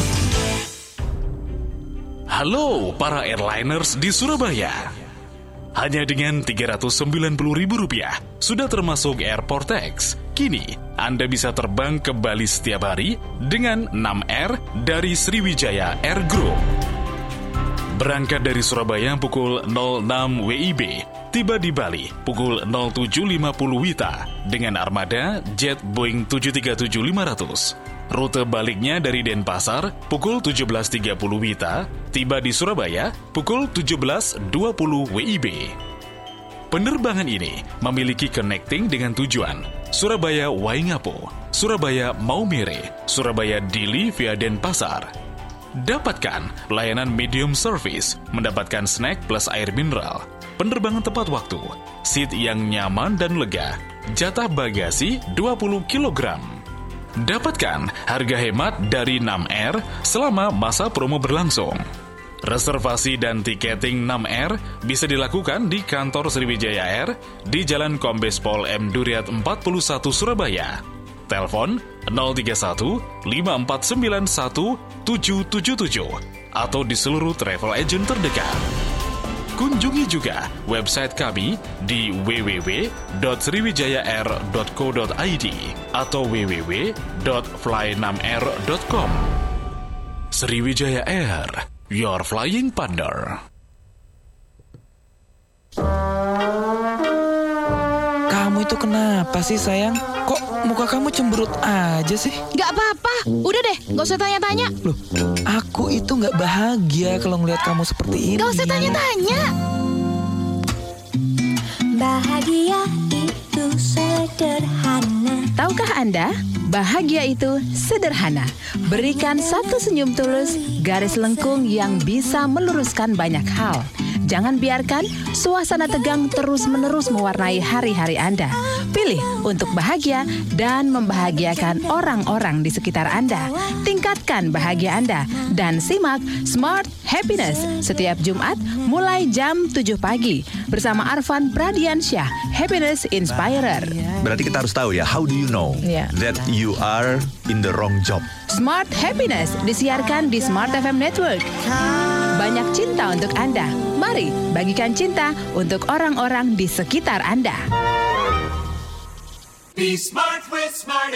Halo para airliners di Surabaya. Hanya dengan Rp390.000 sudah termasuk Airport Tax. Kini Anda bisa terbang ke Bali setiap hari dengan 6R dari Sriwijaya Air Group. Berangkat dari Surabaya pukul 06 WIB, tiba di Bali pukul 07.50 WITA dengan armada jet Boeing 737-500. Rute baliknya dari Denpasar pukul 17.30 WITA, tiba di Surabaya pukul 17.20 WIB. Penerbangan ini memiliki connecting dengan tujuan Surabaya Waingapu, Surabaya Maumere, Surabaya Dili via Denpasar. Dapatkan layanan medium service, mendapatkan snack plus air mineral, penerbangan tepat waktu, seat yang nyaman dan lega, jatah bagasi 20 kg. Dapatkan harga hemat dari 6R selama masa promo berlangsung. Reservasi dan tiketing 6R bisa dilakukan di kantor Sriwijaya Air di Jalan Kombes Pol M. Duryat 41 Surabaya. Telepon 031 5491 777 atau di seluruh travel agent terdekat. Kunjungi juga website kami di www.sriwijayaair.co.id atau www.fly6r.com. Sriwijaya Air, your flying partner. Kamu itu kenapa sih sayang? Kok muka kamu cemberut aja sih? Gak apa-apa, udah deh, gak usah tanya-tanya. Loh, aku itu gak bahagia kalau ngeliat kamu seperti ini. Gak usah tanya-tanya. Bahagia itu sederhana. Tahukah Anda, bahagia itu sederhana. Berikan satu senyum tulus, garis lengkung yang bisa meluruskan banyak hal. Jangan biarkan suasana tegang terus-menerus mewarnai hari-hari Anda. Pilih untuk bahagia dan membahagiakan orang-orang di sekitar Anda. Tingkatkan bahagia Anda dan simak Smart Happiness setiap Jumat mulai jam 7 pagi bersama Arfan Pradiansyah, Happiness Inspirer. Berarti kita harus tahu ya, how do you know that you are in the wrong job? Smart Happiness disiarkan di Smart FM Network. Banyak cinta untuk Anda. Mari bagikan cinta untuk orang-orang di sekitar Anda. Be smart with Smart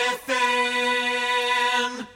FM.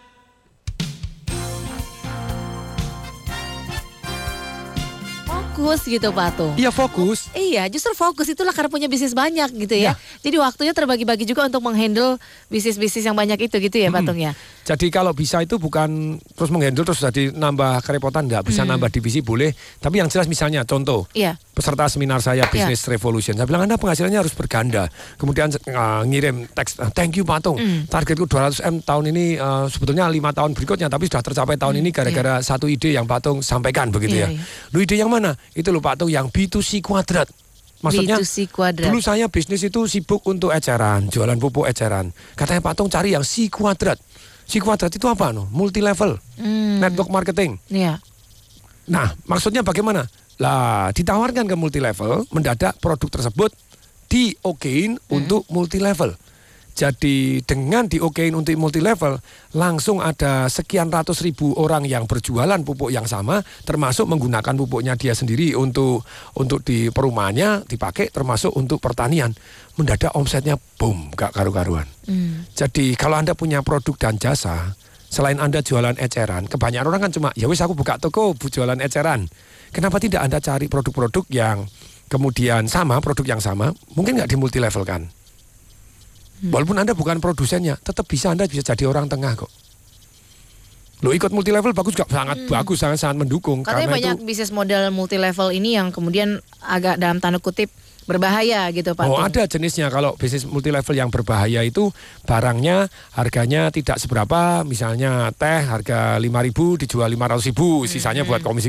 Fokus gitu Patung. Iya fokus. Iya justru fokus itulah karena punya bisnis banyak gitu ya. Jadi waktunya terbagi-bagi juga untuk menghandle bisnis-bisnis yang banyak itu gitu ya Patung ya. Jadi kalau bisa itu bukan terus menghandle terus jadi nambah kerepotan, nggak bisa nambah divisi boleh. Tapi yang jelas misalnya contoh peserta seminar saya Business Revolution. Saya bilang Anda penghasilannya harus berganda. Kemudian ngirim teks, thank you Patung. Targetku 200M tahun ini sebetulnya 5 tahun berikutnya. Tapi sudah tercapai tahun ini gara-gara satu ide yang Patung sampaikan begitu ya. Lu ide yang mana? Itu loh Patung yang B2C kuadrat. Maksudnya B2C kuadrat. Dulu saya bisnis itu sibuk untuk eceran, jualan pupuk eceran. Katanya Patung cari yang C kuadrat. C kuadrat itu apa? Multi level, network marketing. Nah, maksudnya bagaimana? Lah, ditawarkan ke multi level, mendadak produk tersebut di-okein untuk multi level. Jadi dengan di-okein untuk multi level, langsung ada sekian ratus ribu orang yang berjualan pupuk yang sama, termasuk menggunakan pupuknya dia sendiri untuk di perumahannya dipakai, termasuk untuk pertanian. Mendadak omsetnya boom, gak karu-karuan. Jadi kalau Anda punya produk dan jasa, Selain Anda jualan eceran, kebanyakan orang kan cuma, ya wis aku buka toko jualan eceran. Kenapa tidak Anda cari produk-produk yang kemudian sama, produk yang sama, mungkin nggak di multi level kan? Walaupun Anda bukan produsennya, tetap Anda bisa jadi orang tengah kok. Lo ikut multi level bagus juga, sangat bagus, sangat mendukung. Katanya karena banyak bisnis model multi level ini yang kemudian agak dalam tanda kutip berbahaya gitu Pak. Oh ada jenisnya, kalau bisnis multi level yang berbahaya itu barangnya harganya tidak seberapa, misalnya teh harga 5.000 dijual 500.000, sisanya buat komisi.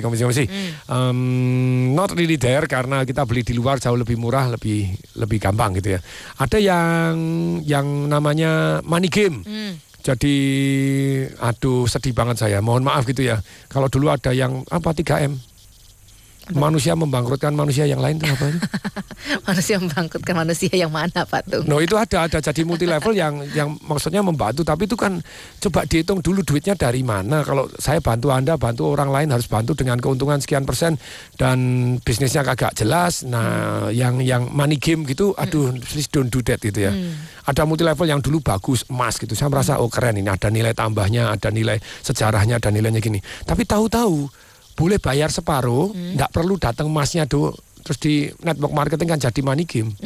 Not really there, karena kita beli di luar jauh lebih murah, lebih gampang gitu ya. Ada yang namanya money game. Jadi aduh sedih banget saya, mohon maaf gitu ya. Kalau dulu ada yang 3M. Manusia membangkrutkan manusia yang lain itu apa itu? Manusia membangkrutkan manusia yang mana Pak Tung? No itu ada jadi multi level yang maksudnya membantu, tapi itu kan coba dihitung dulu duitnya dari mana. Kalau saya bantu Anda, bantu orang lain harus bantu dengan keuntungan sekian persen dan bisnisnya kagak jelas. Nah yang money game gitu, aduh please don't do that gitu ya. Ada multi level yang dulu bagus, emas gitu. Saya merasa oh keren, ini ada nilai tambahnya, ada nilai sejarahnya, ada nilainya gini. Tapi tahu-tahu boleh bayar separuh, nggak perlu datang emasnya terus di network marketing kan jadi money game.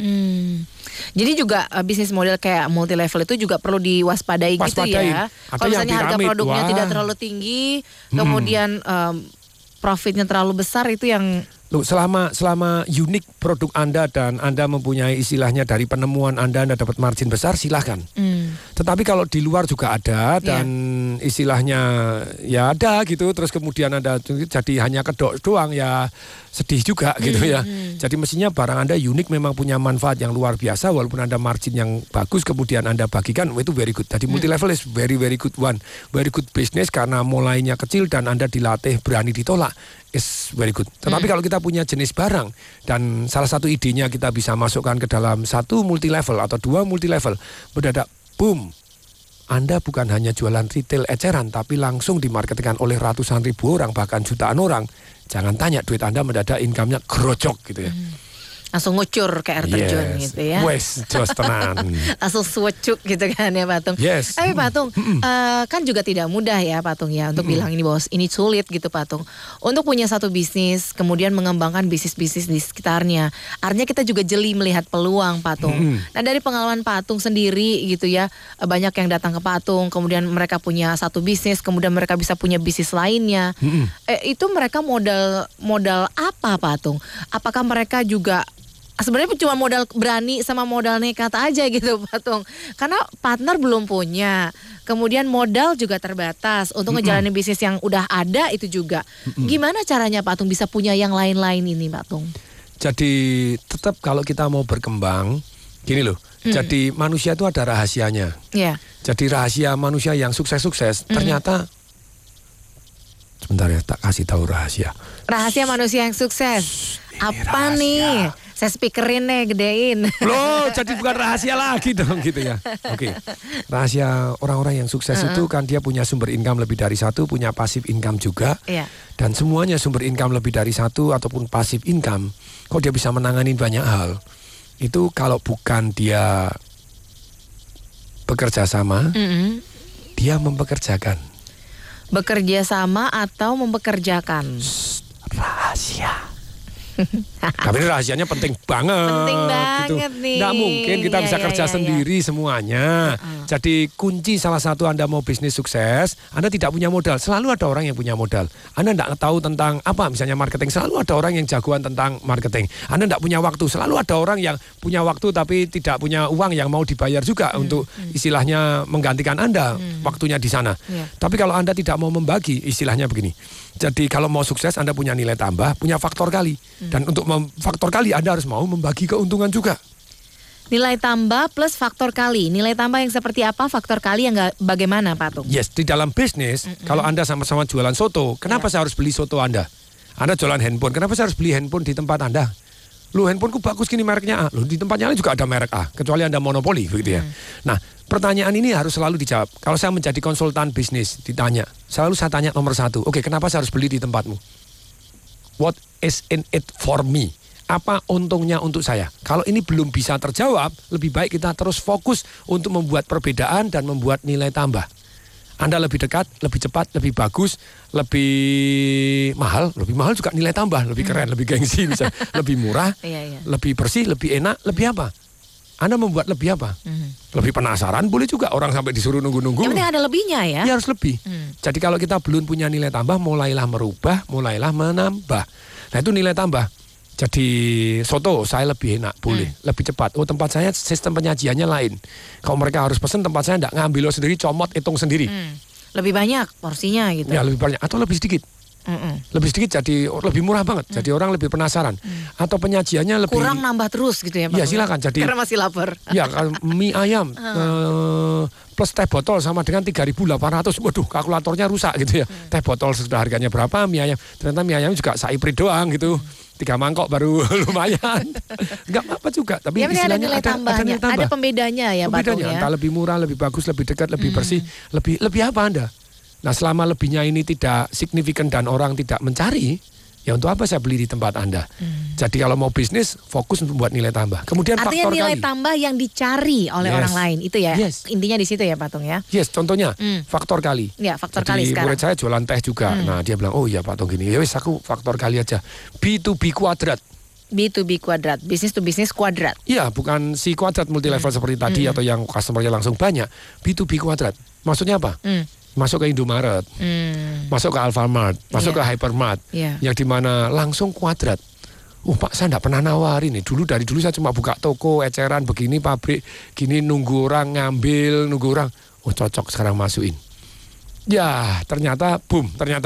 Jadi juga bisnis model kayak multi level itu juga perlu diwaspadai gitu ya. Kalau misalnya harga produknya tidak terlalu tinggi, kemudian profitnya terlalu besar, itu yang Loh, selama unik produk Anda dan Anda mempunyai istilahnya dari penemuan Anda dapat margin besar, silahkan. Tetapi kalau di luar juga ada dan istilahnya ya ada gitu, terus kemudian Anda jadi hanya kedok doang, ya sedih juga gitu ya. Jadi mestinya barang Anda unik, memang punya manfaat yang luar biasa, walaupun Anda margin yang bagus kemudian Anda bagikan, itu very good. Jadi multi level is very good one, very good business, karena mulainya kecil dan Anda dilatih berani ditolak, is very good. Tetapi kalau kita punya jenis barang dan salah satu idenya kita bisa masukkan ke dalam satu multi level atau dua multi level, mendadak boom, Anda bukan hanya jualan retail eceran, tapi langsung dimarketkan oleh ratusan ribu orang, bahkan jutaan orang. Jangan tanya, duit Anda mendadak income-nya gerojok gitu ya. Langsung ngucur kayak air terjun gitu ya. Wes, jos tenan. Langsung swecuk gitu kan ya Pak Tung. Yes. Tapi Pak Tung, kan juga tidak mudah ya Pak Tung ya untuk bilang ini bos, ini sulit gitu Pak Tung. Untuk punya satu bisnis, kemudian mengembangkan bisnis-bisnis di sekitarnya. Artinya kita juga jeli melihat peluang Pak Tung. Nah dari pengalaman Pak Tung sendiri gitu ya, banyak yang datang ke Pak Tung, kemudian mereka punya satu bisnis, kemudian mereka bisa punya bisnis lainnya. Itu mereka modal apa Pak Tung? Apakah mereka juga sebenarnya cuma modal berani sama modal nekat aja gitu Pak Tung? Karena partner belum punya, kemudian modal juga terbatas untuk ngejalanin bisnis yang udah ada itu juga. Gimana caranya Pak Tung bisa punya yang lain-lain ini Pak Tung? Jadi tetap kalau kita mau berkembang, gini loh. Jadi manusia itu ada rahasianya. Jadi rahasia manusia yang sukses-sukses ternyata, sebentar ya, tak kasih tahu rahasia. Rahasia manusia yang sukses. Apa rahasia nih? Saya speakerin nih, gedein. Loh, jadi bukan rahasia lagi dong gitu ya. Oke. Rahasia orang-orang yang sukses itu kan dia punya sumber income lebih dari satu, punya passive income juga. Dan semuanya sumber income lebih dari satu ataupun passive income, kok dia bisa menangani banyak hal. Itu kalau bukan dia bekerja sama, dia mempekerjakan. Bekerja sama atau mempekerjakan? Rahasia. Tapi ini rahasianya penting banget. Penting banget gitu. nih. Nggak mungkin kita bisa kerja sendiri semuanya. Jadi kunci salah satu Anda mau bisnis sukses, Anda tidak punya modal. Selalu ada orang yang punya modal. Anda tidak tahu tentang apa, misalnya marketing. Selalu ada orang yang jagoan tentang marketing. Anda tidak punya waktu. Selalu ada orang yang punya waktu tapi tidak punya uang yang mau dibayar juga untuk istilahnya menggantikan Anda waktunya di sana. Tapi kalau Anda tidak mau membagi, istilahnya begini. Jadi kalau mau sukses Anda punya nilai tambah, punya faktor kali. Dan untuk faktor kali Anda harus mau membagi keuntungan juga. Nilai tambah plus faktor kali. Nilai tambah yang seperti apa, faktor kali yang bagaimana Pak Tung? Yes, di dalam bisnis kalau Anda sama-sama jualan soto, kenapa saya harus beli soto Anda? Anda jualan handphone, kenapa saya harus beli handphone di tempat Anda? Lu handphoneku bagus gini mereknya A. Lu di tempatnya lain juga ada merek A, kecuali Anda monopoli begitu ya. Nah, pertanyaan ini harus selalu dijawab. Kalau saya menjadi konsultan bisnis ditanya, selalu saya tanya nomor satu, oke, kenapa saya harus beli di tempatmu? What is in it for me? Apa untungnya untuk saya? Kalau ini belum bisa terjawab, lebih baik kita terus fokus untuk membuat perbedaan dan membuat nilai tambah. Anda lebih dekat, lebih cepat, lebih bagus, lebih mahal juga nilai tambah, lebih keren, lebih gengsi, bisa lebih murah, lebih bersih, lebih enak, lebih apa? Anda membuat lebih apa? Lebih penasaran, boleh juga orang sampai disuruh nunggu-nunggu. Yang penting ada lebihnya ya. Ya harus lebih. Jadi kalau kita belum punya nilai tambah, mulailah merubah, mulailah menambah. Nah itu nilai tambah. Jadi soto saya lebih enak, boleh, lebih cepat. Oh tempat saya sistem penyajiannya lain. Kalau mereka harus pesen, tempat saya enggak ngambil lo sendiri, comot, hitung sendiri. Lebih banyak porsinya gitu. Ya lebih banyak atau lebih sedikit. Lebih sedikit jadi lebih murah banget. Jadi orang lebih penasaran. Atau penyajiannya lebih kurang nambah terus gitu ya Pak. Ya silakan jadi. Karena masih lapar. Ya mie ayam plus teh botol sama dengan 3.800. Waduh kalkulatornya rusak gitu ya. Teh botol sudah harganya berapa, mie ayam. Ternyata mie ayam juga saiprit doang gitu. 3 mangkok baru lumayan. Enggak apa-apa juga, tapi istilahnya ada nilai tambahnya. Ada pembedanya ya Pak. Pembedanya, entah lebih murah, lebih bagus, lebih dekat, lebih bersih, lebih apa Anda? Nah, selama lebihnya ini tidak signifikan dan orang tidak mencari, ya untuk apa saya beli di tempat Anda? Jadi kalau mau bisnis, fokus untuk membuat nilai tambah. Kemudian artinya faktor nilai kali. tambah yang dicari oleh orang lain, itu ya? Intinya di situ ya Pak Tung ya? Yes, contohnya faktor kali. Ya, faktor jadi, kali sekarang. Murid saya jualan teh juga. Nah, dia bilang, oh iya Pak Tung gini. Ya wis aku faktor kali aja. B2B kuadrat. B2B kuadrat, bisnis to bisnis kuadrat. Iya, bukan si kuadrat multi level seperti tadi atau yang customernya langsung banyak. B2B kuadrat. Maksudnya apa? Masuk ke Indomaret, masuk ke Alfamart, masuk ke Hypermart, yang dimana langsung kuadrat. Pak saya enggak pernah nawarin nih. Dari dulu saya cuma buka toko, eceran begini, pabrik, gini nunggu orang ngambil, nunggu orang. Oh cocok sekarang masukin. Ya ternyata boom.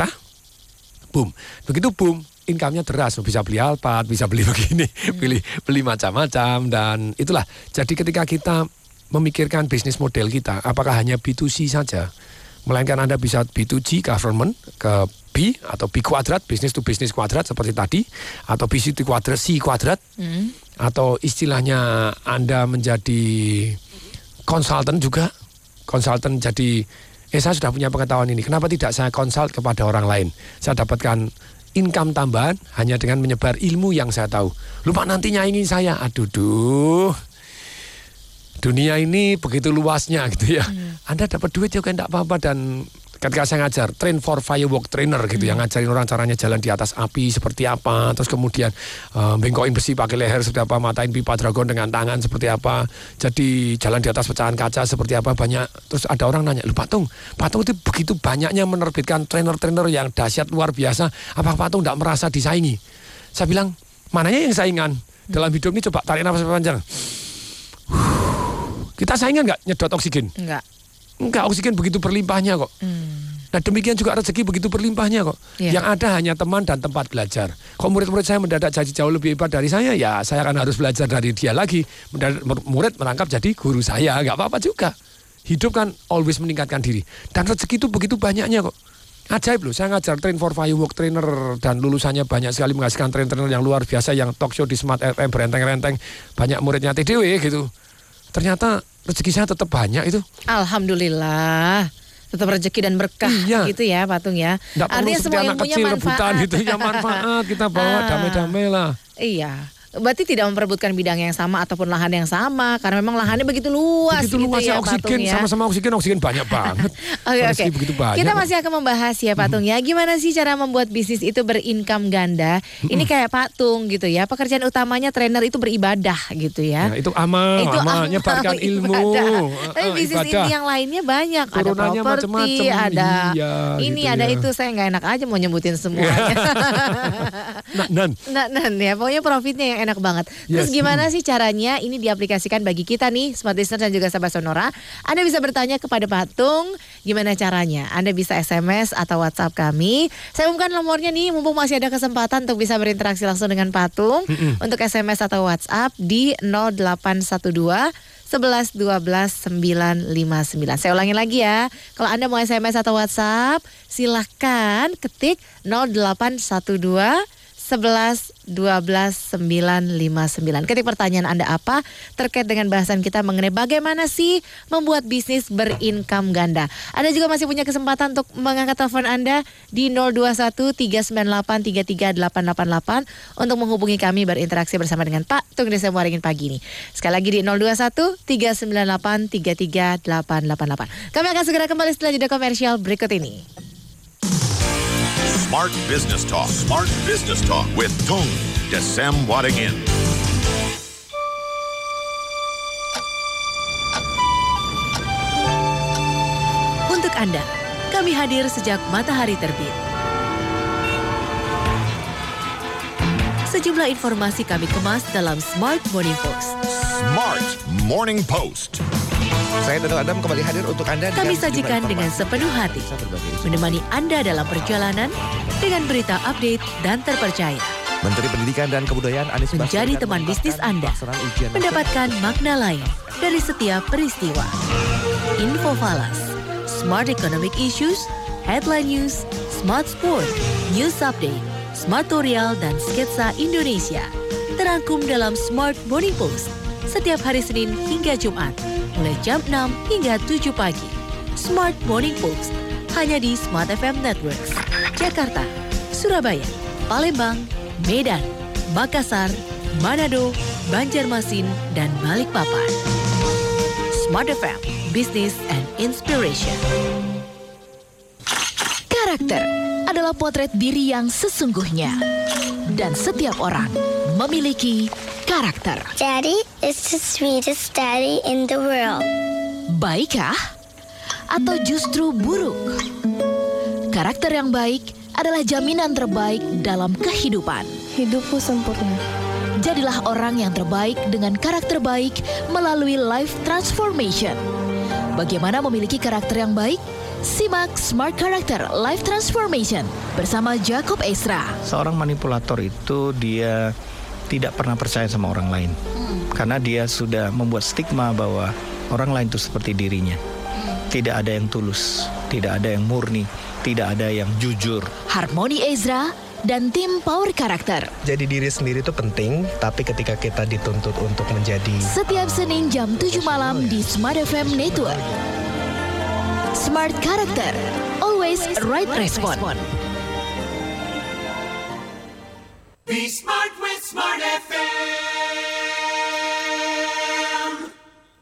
Begitu boom, income-nya deras. Bisa beli Alphard, bisa beli begini, beli macam-macam. Dan itulah, jadi ketika kita memikirkan bisnis model kita, apakah hanya B2C saja, melainkan Anda bisa B2G, government, ke B atau B kuadrat, bisnis to bisnis kuadrat seperti tadi, atau B to kuadrat, C kuadrat, atau istilahnya Anda menjadi konsultan juga, konsultan jadi, saya sudah punya pengetahuan ini, kenapa tidak saya konsult kepada orang lain? Saya dapatkan income tambahan hanya dengan menyebar ilmu yang saya tahu. Lupa nantinya ingin saya, dunia ini begitu luasnya gitu ya. Anda dapat duit juga enggak apa-apa. Dan ketika saya ngajar train for firework trainer gitu, yang ngajarin orang caranya jalan di atas api seperti apa, terus kemudian bengkokin besi pakai leher seperti apa, matain pipa dragon dengan tangan seperti apa, jadi jalan di atas pecahan kaca seperti apa, banyak. Terus ada orang nanya, Pak Tung itu begitu banyaknya menerbitkan trainer-trainer yang dahsyat luar biasa, apa Pak Tung enggak merasa disaingi? Saya bilang, mananya yang saingan? Dalam hidup ini coba tarik nafas panjang. Kita saingan nggak nyedot oksigen? Enggak, oksigen begitu berlimpahnya kok. Nah demikian juga rezeki begitu berlimpahnya kok. Yang ada hanya teman dan tempat belajar. Kalau murid-murid saya mendadak jadi jauh lebih hebat dari saya, ya saya akan harus belajar dari dia lagi. Murid merangkap jadi guru saya, nggak apa-apa juga. Hidup kan always meningkatkan diri. Dan rezeki itu begitu banyaknya kok. Ajaib loh, saya ngajar train for firework trainer dan lulusannya banyak sekali, menghasilkan trainer yang luar biasa, yang talk show di Smart FM berenteng-renteng, banyak muridnya TDW gitu. Ternyata rezeki saya tetap banyak itu. Alhamdulillah. Tetap rezeki dan berkah gitu ya Pak Tung ya. Nggak artinya semua anak ilmunya kecil manfaat. rebutan gitu ya, manfaat kita bawa damai-damai lah. Iya. Berarti tidak memperebutkan bidang yang sama ataupun lahan yang sama, karena memang lahannya begitu luas gitu ya Pak Tung ya. Sama-sama oksigen banyak banget. Oke. Banyak. Kita masih akan membahas ya Pak Tung ya, gimana sih cara membuat bisnis itu berincome ganda. Ini kayak Pak Tung gitu ya, pekerjaan utamanya trainer itu beribadah gitu ya. Nah, itu amal nyebarkan ilmu. Tapi bisnis ini yang lainnya banyak, ada properti, ada ini, ada itu, saya nggak enak aja mau nyebutin semuanya. Nan ya, pokoknya profitnya yang enak banget. Terus gimana sih caranya ini diaplikasikan bagi kita nih Smart Listener dan juga sahabat Sonora? Anda bisa bertanya kepada Pak Tung, gimana caranya? Anda bisa SMS atau WhatsApp kami. Saya umumkan nomornya nih, mumpung masih ada kesempatan untuk bisa berinteraksi langsung dengan Pak Tung. Untuk SMS atau WhatsApp di 0812 11 12 959. Saya ulangi lagi ya. Kalau Anda mau SMS atau WhatsApp, silakan ketik 0812 11 11-12-959. Ketik pertanyaan Anda apa terkait dengan bahasan kita mengenai bagaimana sih membuat bisnis berincome ganda. Anda juga masih punya kesempatan untuk mengangkat telepon Anda di 021-398-33888 untuk menghubungi kami berinteraksi bersama dengan Pak Tung Desem Waringin pagi ini. Sekali lagi di 021-398-33888. Kami akan segera kembali setelah jeda komersial berikut ini. Smart Business Talk. Smart Business Talk with Tung Desem Waringin. Untuk Anda, kami hadir sejak matahari terbit. Sejumlah informasi kami kemas dalam Smart Morning Post. Smart Morning Post. Saya Dodo Adam kembali hadir untuk Anda. Kami sajikan dengan sepenuh hati, menemani Anda dalam perjalanan dengan berita update dan terpercaya. Menteri Pendidikan dan Kebudayaan Anies Baswedan menjadi teman bisnis Anda, mendapatkan makna lain dari setiap peristiwa. Info falas, smart economic issues, headline news, smart sport, news update, smart tutorial dan sketsa Indonesia. Terangkum dalam Smart Morning Post setiap hari Senin hingga Jumat, mulai jam 6 hingga 7 pagi. Smart Morning Post hanya di Smart FM Networks, Jakarta, Surabaya, Palembang, Medan, Makassar, Manado, Banjarmasin, dan Balikpapan. Smart FM, Business and Inspiration. Karakter adalah potret diri yang sesungguhnya. Dan setiap orang memiliki karakter. Daddy is the sweetest daddy in the world. Baikkah? Atau justru buruk? Karakter yang baik adalah jaminan terbaik dalam kehidupan. Hidupku sempurna. Jadilah orang yang terbaik dengan karakter baik melalui life transformation. Bagaimana memiliki karakter yang baik? Simak Smart Character Life Transformation bersama Jacob Esra. Seorang manipulator itu dia tidak pernah percaya sama orang lain. Karena dia sudah membuat stigma bahwa orang lain itu seperti dirinya. Tidak ada yang tulus, tidak ada yang murni, tidak ada yang jujur. Harmony Ezra dan tim Power Karakter. Jadi diri sendiri itu penting, tapi ketika kita dituntut untuk menjadi... Setiap Senin jam 7 malam di Smart FM Network. Smart Karakter, always right response. Be smart with Smart FM.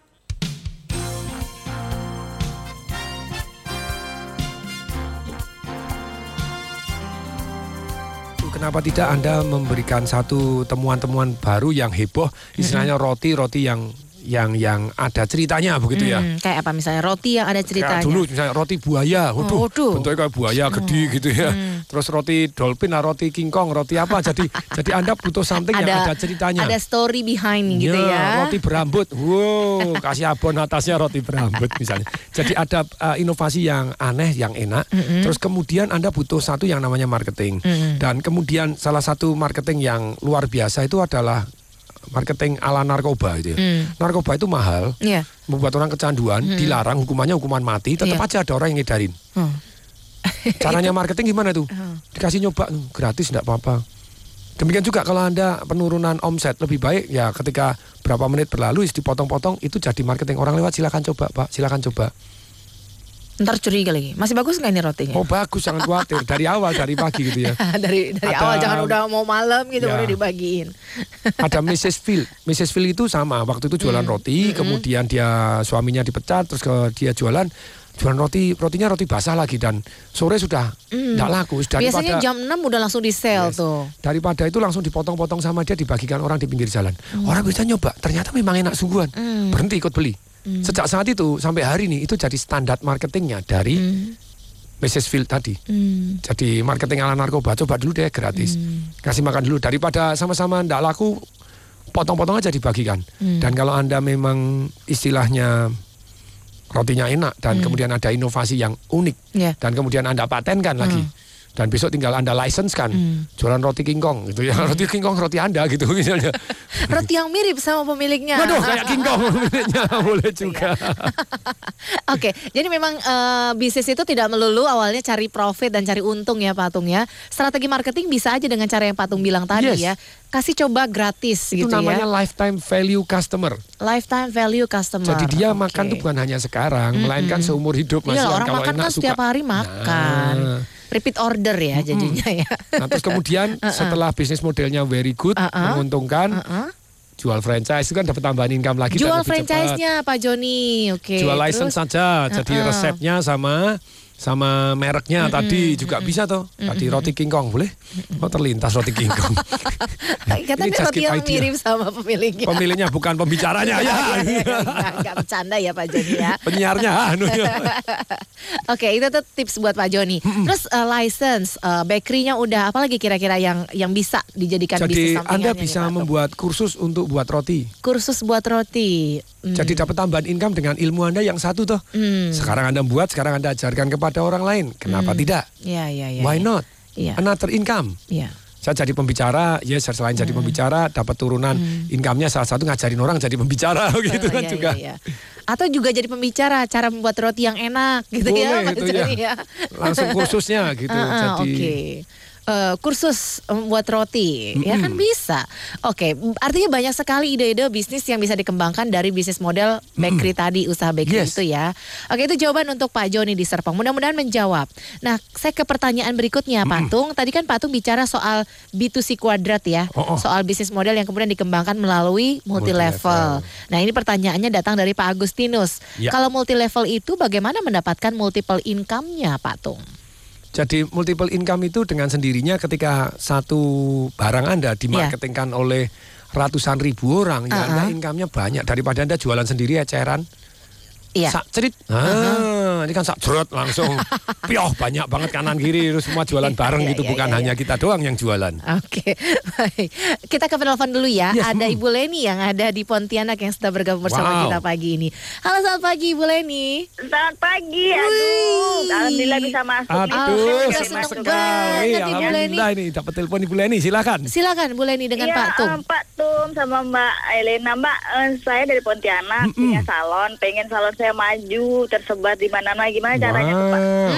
Kenapa tidak Anda memberikan satu temuan-temuan baru yang heboh, istilahnya roti-roti yang ada ceritanya begitu ya. Kayak apa misalnya roti yang ada ceritanya. Kayak dulu misalnya roti buaya, bentuknya kayak buaya gede gitu ya. Terus roti dolphin, roti King Kong, roti apa. Jadi Anda butuh something yang ada ceritanya. Ada story behind gitu ya. Roti berambut, wow, kasih abon atasnya roti berambut misalnya. Jadi ada inovasi yang aneh, yang enak. Terus kemudian Anda butuh satu yang namanya marketing. Dan kemudian salah satu marketing yang luar biasa itu adalah marketing ala narkoba gitu ya. Narkoba itu mahal, membuat orang kecanduan, dilarang, hukumannya hukuman mati, tetap aja ada orang yang ngedarin. Caranya marketing gimana tuh? Dikasih nyoba, gratis enggak apa-apa. Demikian juga kalau Anda penurunan omset, lebih baik ya ketika berapa menit berlalu dipotong-potong, itu jadi marketing. Orang lewat silakan coba Pak, silakan coba. Ntar curiga lagi. Masih bagus nggak ini rotinya? Oh bagus, jangan khawatir. Dari awal, dari pagi gitu ya. dari awal, jangan udah mau malam gitu udah dibagiin. Ada Mrs. Phil. Mrs. Phil itu sama. Waktu itu jualan roti, kemudian dia suaminya dipecat, terus dia jualan rotinya roti basah lagi dan sore sudah tidak laku. Biasanya jam 6 udah langsung di sale tuh. Daripada itu langsung dipotong-potong sama dia, dibagikan orang di pinggir jalan. Orang bisa nyoba, ternyata memang enak sungguhan. Berhenti ikut beli. Sejak saat itu sampai hari ini itu jadi standar marketingnya dari Mrs. Phil tadi. Jadi marketing ala narkoba, coba dulu deh gratis. Kasih makan dulu, daripada sama-sama tidak laku, potong-potong aja dibagikan. Dan kalau Anda memang istilahnya rotinya enak dan kemudian ada inovasi yang unik dan kemudian Anda patenkan lagi, Dan besok tinggal Anda license kan, jualan roti King Kong gitu ya. Roti King Kong roti Anda gitu misalnya. Roti yang mirip sama pemiliknya. Waduh, kayak King Kong pemiliknya boleh juga. Oke, jadi memang bisnis itu tidak melulu awalnya cari profit dan cari untung ya Pak Atung ya. Strategi marketing bisa aja dengan cara yang Pak Atung bilang tadi ya. Kasih coba gratis itu gitu ya. Itu namanya lifetime value customer. Lifetime value customer. Jadi dia makan tuh bukan hanya sekarang, melainkan seumur hidup. Mas. Iya, orang kalau makan enak kan setiap hari makan. Repeat order ya jadinya ya. Nah, terus kemudian setelah bisnis modelnya very good, menguntungkan, jual franchise itu kan dapat tambahan income lagi. Jual franchise-nya Pak Joni, oke. Jual license saja, jadi resepnya sama mereknya tadi juga bisa toh. Tadi roti King Kong boleh? Oh terlintas roti King Kong. Katanya roti yang mirip sama pemiliknya. Pemiliknya bukan pembicaranya ya. Enggak bercanda ya Pak Joni ya. Penyiarnya. Oke, itu tuh tips buat Pak Joni. Terus license, bakery-nya udah, apalagi kira-kira yang bisa dijadikan bisnis sampingannya? Jadi Anda bisa membuat kursus untuk buat roti. Kursus buat roti. Jadi dapat tambahan income dengan ilmu Anda yang satu toh. Sekarang Anda buat, sekarang Anda ajarkan kepada orang lain. Kenapa tidak? Iya. Why not? Another income. Iya. Saya jadi pembicara, selain jadi pembicara, dapat turunan income-nya salah satu ngajarin orang jadi pembicara gitu kan juga. Iya. Atau juga jadi pembicara, cara membuat roti yang enak gitu. Boleh, ya Pak Joni ya. Langsung kursusnya gitu. Jadi kursus membuat roti ya kan bisa. Oke, artinya banyak sekali ide-ide bisnis yang bisa dikembangkan dari bisnis model bakery tadi, usaha bakery itu ya. Oke, itu jawaban untuk Pak Joni di Serpong. Mudah-mudahan menjawab. Nah, saya ke pertanyaan berikutnya Pak Tung. Tadi kan Pak Tung bicara soal B2C kuadrat ya. Soal bisnis model yang kemudian dikembangkan melalui multi level. Nah, ini pertanyaannya datang dari Pak Agustinus. Kalau multi level itu bagaimana mendapatkan multiple income-nya Pak Tung? Jadi multiple income itu dengan sendirinya ketika satu barang Anda dimarketingkan oleh ratusan ribu orang, ya Anda income-nya banyak daripada Anda jualan sendiri eceran. Sak cerit. Ini kan sak jerot langsung. Pioh banyak banget kanan kiri terus semua jualan bareng gitu, bukan hanya kita doang yang jualan. Oke. Baik. Kita ke penelpon dulu ya. Ada Ibu Leni yang ada di Pontianak yang sudah bergabung bersama kita pagi ini. Halo, selamat pagi Ibu Leni. Selamat pagi. Aduh, alhamdulillah bisa masuk. Senang sekali. Alhamdulillah ini dapat telepon Ibu Leni. Silakan Bu Leni dengan Pak Tung. Pak Tung sama Mbak Elena. Mbak, saya dari Pontianak punya salon, pengen salon saya maju, tersebar di mana-mana, gimana caranya tuh Pak?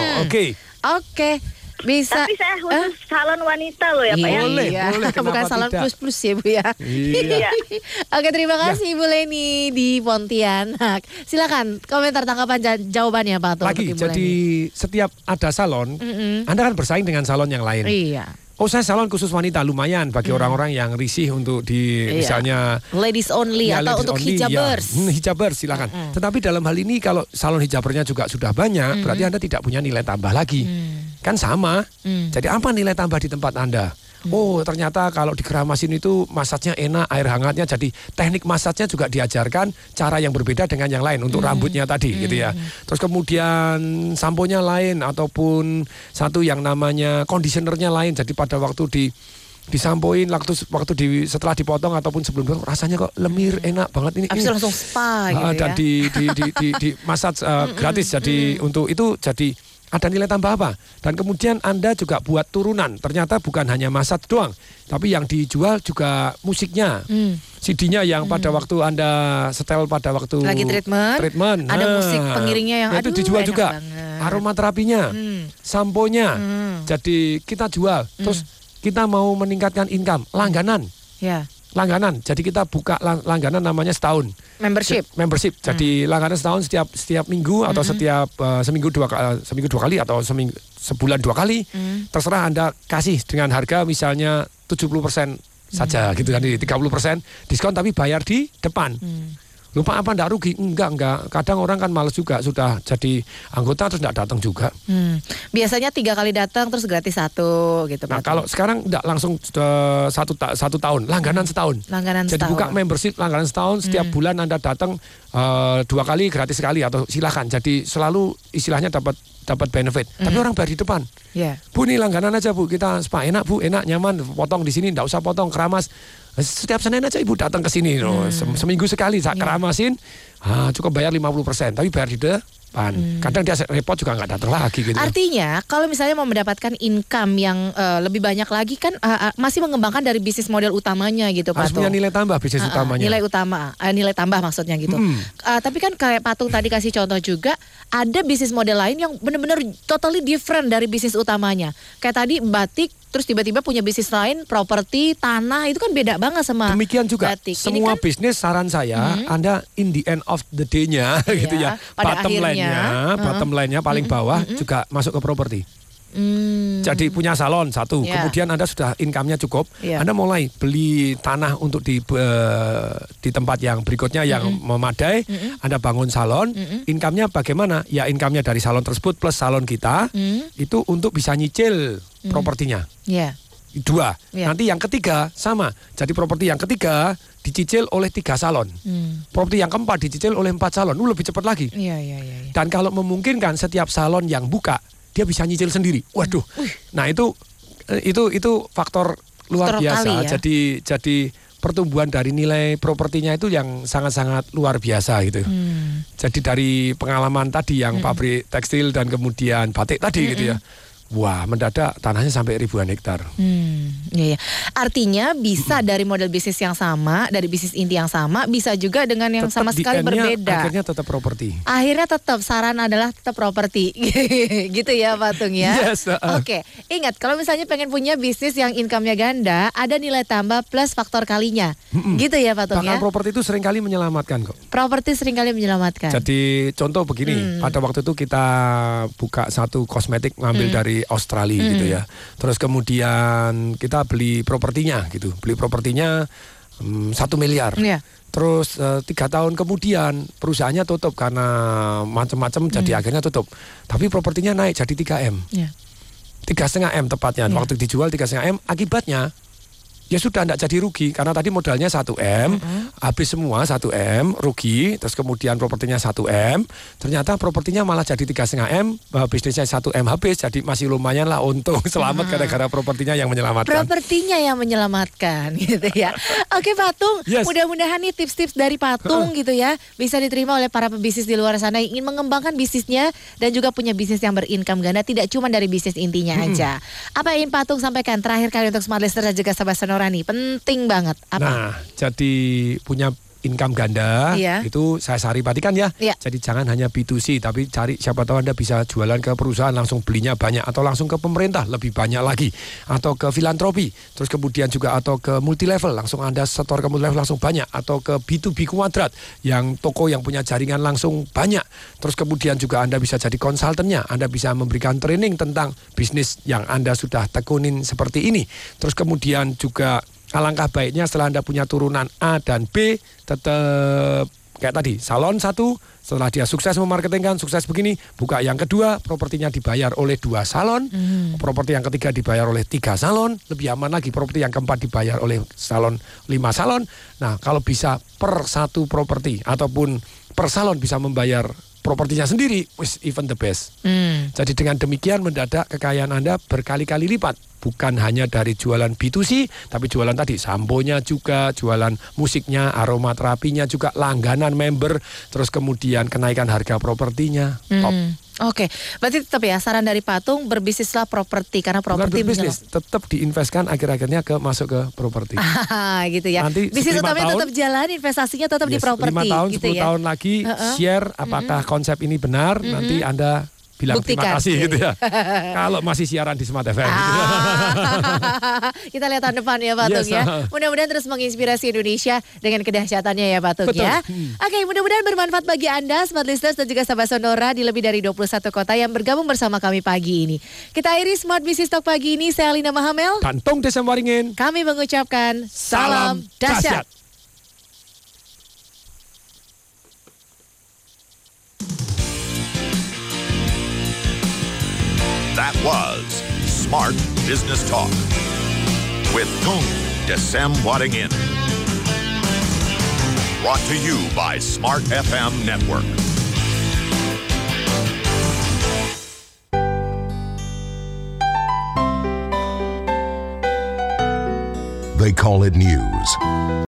Oke. Bisa. Tapi saya khusus salon wanita loh ya Pak ya. Boleh. Bukan salon plus-plus ya Bu ya. Iya. Oke, terima kasih Ibu Leni di Pontianak. Silakan komentar tanggapan jawabannya Pak Tung. Lagi, jadi setiap ada salon, Anda kan bersaing dengan salon yang lain. Iya. Oh, saya salon khusus wanita, lumayan bagi orang-orang yang risih untuk misalnya ladies only atau untuk hijabers. Hijabers silakan. Tetapi dalam hal ini kalau salon hijabernya juga sudah banyak, berarti Anda tidak punya nilai tambah lagi. Kan sama. Jadi apa nilai tambah di tempat Anda? Oh, ternyata kalau di keramasin itu masatnya enak, air hangatnya, jadi teknik masatnya juga diajarkan cara yang berbeda dengan yang lain untuk rambutnya tadi gitu ya. Terus kemudian samponya lain ataupun satu yang namanya conditionernya lain. Jadi pada waktu disampoin waktu setelah dipotong ataupun sebelum rasanya kok lemir, enak banget ini. Habis langsung spa gitu dan di massage gratis. Jadi untuk itu jadi ada nilai tambah apa? Dan kemudian Anda juga buat turunan. Ternyata bukan hanya massage doang, tapi yang dijual juga musiknya. CD-nya yang pada waktu Anda setel pada waktu lagi treatment. Ada musik pengiringnya yang itu dijual juga. Banget. Aromaterapinya, samponya. Jadi kita jual. Terus kita mau meningkatkan income, langganan. Langganan. Jadi kita buka langganan namanya setahun. Membership. Jadi langganan setahun setiap minggu atau setiap seminggu dua kali atau sebulan 2 kali. Terserah Anda kasih dengan harga misalnya 70% saja gitu kan, 30% diskon tapi bayar di depan. Lupa apa enggak rugi? Enggak. Kadang orang kan males juga, sudah jadi anggota terus enggak datang juga. Biasanya 3 kali datang terus gratis 1 gitu. Nah, kalau sekarang enggak langsung satu tahun, langganan setahun. Jadi buka membership langganan setahun, setiap bulan Anda datang 2 kali gratis sekali atau silakan. Jadi selalu istilahnya dapat benefit. Tapi orang bayar di depan. Bu, ini langganan aja Bu, kita spa enak Bu, enak nyaman, potong di sini enggak usah potong keramas. Setiap Senin aja Ibu datang ke sini loh. Seminggu sekali saya keramasin, cukup bayar 50%, tapi bayar di depan. Kadang dia repot juga nggak datang lagi gitu. Artinya kalau misalnya mau mendapatkan income yang lebih banyak lagi kan masih mengembangkan dari bisnis model utamanya gitu Pak. Harus punya nilai tambah bisnis utamanya. Nilai tambah maksudnya gitu. Tapi kan kayak Patung tadi kasih contoh juga, ada bisnis model lain yang benar-benar totally different dari bisnis utamanya. Kayak tadi batik, terus tiba-tiba punya bisnis lain, properti, tanah, itu kan beda banget sama demikian juga batik. Semua bisnis saran saya, Anda in the end of the day-nya gitu ya. Bottom line-nya paling bawah juga masuk ke properti. Jadi punya salon satu, kemudian Anda sudah income-nya cukup, Anda mulai beli tanah untuk di tempat yang berikutnya yang memadai, Anda bangun salon, income-nya bagaimana? Ya income-nya dari salon tersebut plus salon kita, itu untuk bisa nyicil propertinya. Dua. Nanti yang ketiga sama. Jadi properti yang ketiga dicicil oleh 3 salon. Properti yang keempat dicicil oleh 4 salon. Lebih cepat lagi. Dan kalau memungkinkan setiap salon yang buka, dia bisa nyicil sendiri. Waduh. Nah, itu faktor luar biasa. Jadi pertumbuhan dari nilai propertinya itu yang sangat-sangat luar biasa gitu. Jadi dari pengalaman tadi yang pabrik tekstil dan kemudian batik tadi gitu ya. Wah, mendadak tanahnya sampai ribuan hektar. Artinya bisa dari model bisnis yang sama, dari bisnis inti yang sama, bisa juga dengan yang tetap sama sekali berbeda. Akhirnya tetap properti. Akhirnya tetap saran adalah tetap properti. Gitu ya Patung ya. Yes. Oke, ingat kalau misalnya pengen punya bisnis yang income-nya ganda, ada nilai tambah plus faktor kalinya. Gitu ya Patung ya. Bahkan properti itu seringkali menyelamatkan kok. Properti seringkali menyelamatkan. Jadi contoh begini, pada waktu itu kita buka satu kosmetik ngambil dari Australia gitu ya. Terus kemudian kita beli propertinya gitu. Beli propertinya 1 miliar. Terus 3 tahun kemudian perusahaannya tutup karena macam-macam jadi akhirnya tutup. Tapi propertinya naik jadi 3M. 3,5 M tepatnya. Waktu dijual 3,5 M, akibatnya ya sudah tidak jadi rugi karena tadi modalnya 1 M, habis semua 1 M, rugi, terus kemudian propertinya 1 M, ternyata propertinya malah jadi 3,5 M, bisnisnya 1 M habis, jadi masih lumayan lah untung, selamat gara-gara propertinya yang menyelamatkan. Propertinya yang menyelamatkan gitu ya. Oke Patung, mudah-mudahan nih tips-tips dari Patung gitu ya bisa diterima oleh para pebisnis di luar sana yang ingin mengembangkan bisnisnya dan juga punya bisnis yang berincome ganda, tidak cuma dari bisnis intinya aja. Apa yang ingin Patung sampaikan terakhir kali untuk Smart Listener dan juga Sahabat Sonora nih, penting banget. Apa? Nah, jadi punya income ganda itu saya saripatikan ya. Jadi jangan hanya B2C tapi cari siapa tahu Anda bisa jualan ke perusahaan langsung belinya banyak atau langsung ke pemerintah lebih banyak lagi atau ke filantropi. Terus kemudian juga atau ke multi level langsung Anda setor ke multi level langsung banyak atau ke B2B kuadrat yang toko yang punya jaringan langsung banyak. Terus kemudian juga Anda bisa jadi konsultannya. Anda bisa memberikan training tentang bisnis yang Anda sudah tekunin seperti ini. Terus kemudian juga alangkah baiknya setelah Anda punya turunan A dan B, tetap kayak tadi, salon 1, setelah dia sukses memarketingkan, sukses begini, buka yang kedua, propertinya dibayar oleh 2 salon, properti yang ketiga dibayar oleh 3 salon, lebih aman lagi, properti yang keempat dibayar oleh salon 5 salon. Nah, kalau bisa per 1 properti ataupun per salon bisa membayar propertinya sendiri, even the best. Jadi dengan demikian mendadak kekayaan Anda berkali-kali lipat. Bukan hanya dari jualan B2C, tapi jualan tadi samponya juga, jualan musiknya, aromaterapinya juga, langganan member, terus kemudian kenaikan harga propertinya. Top. Oke, berarti tetap ya saran dari Patung berbisnislah properti karena properti berbisnis, tetap diinvestkan akhir-akhirnya masuk ke properti. Gitu ya. Nanti bisnis utamanya tetap jalan, investasinya tetap di properti. 5 tahun, gitu 10 tahun lagi share apakah konsep ini benar, nanti Anda bilang buktikan. Terima kasih gitu ya. Kalau masih siaran di Smart FM. Gitu ya. Kita lihat tahun depan ya Patung ya. Mudah-mudahan terus menginspirasi Indonesia dengan kedahsyatannya ya Patung ya. Oke, mudah-mudahan bermanfaat bagi Anda Smart Listeners dan juga Sahabat Sonora di lebih dari 21 kota yang bergabung bersama kami pagi ini. Kita akhiri Smart Business Talk pagi ini. Saya Alina Mahamel dan Tung Desem Waringin. Kami mengucapkan salam dahsyat. That was Smart Business Talk with Tung Desem Waringin. Brought to you by Smart FM Network. They call it news.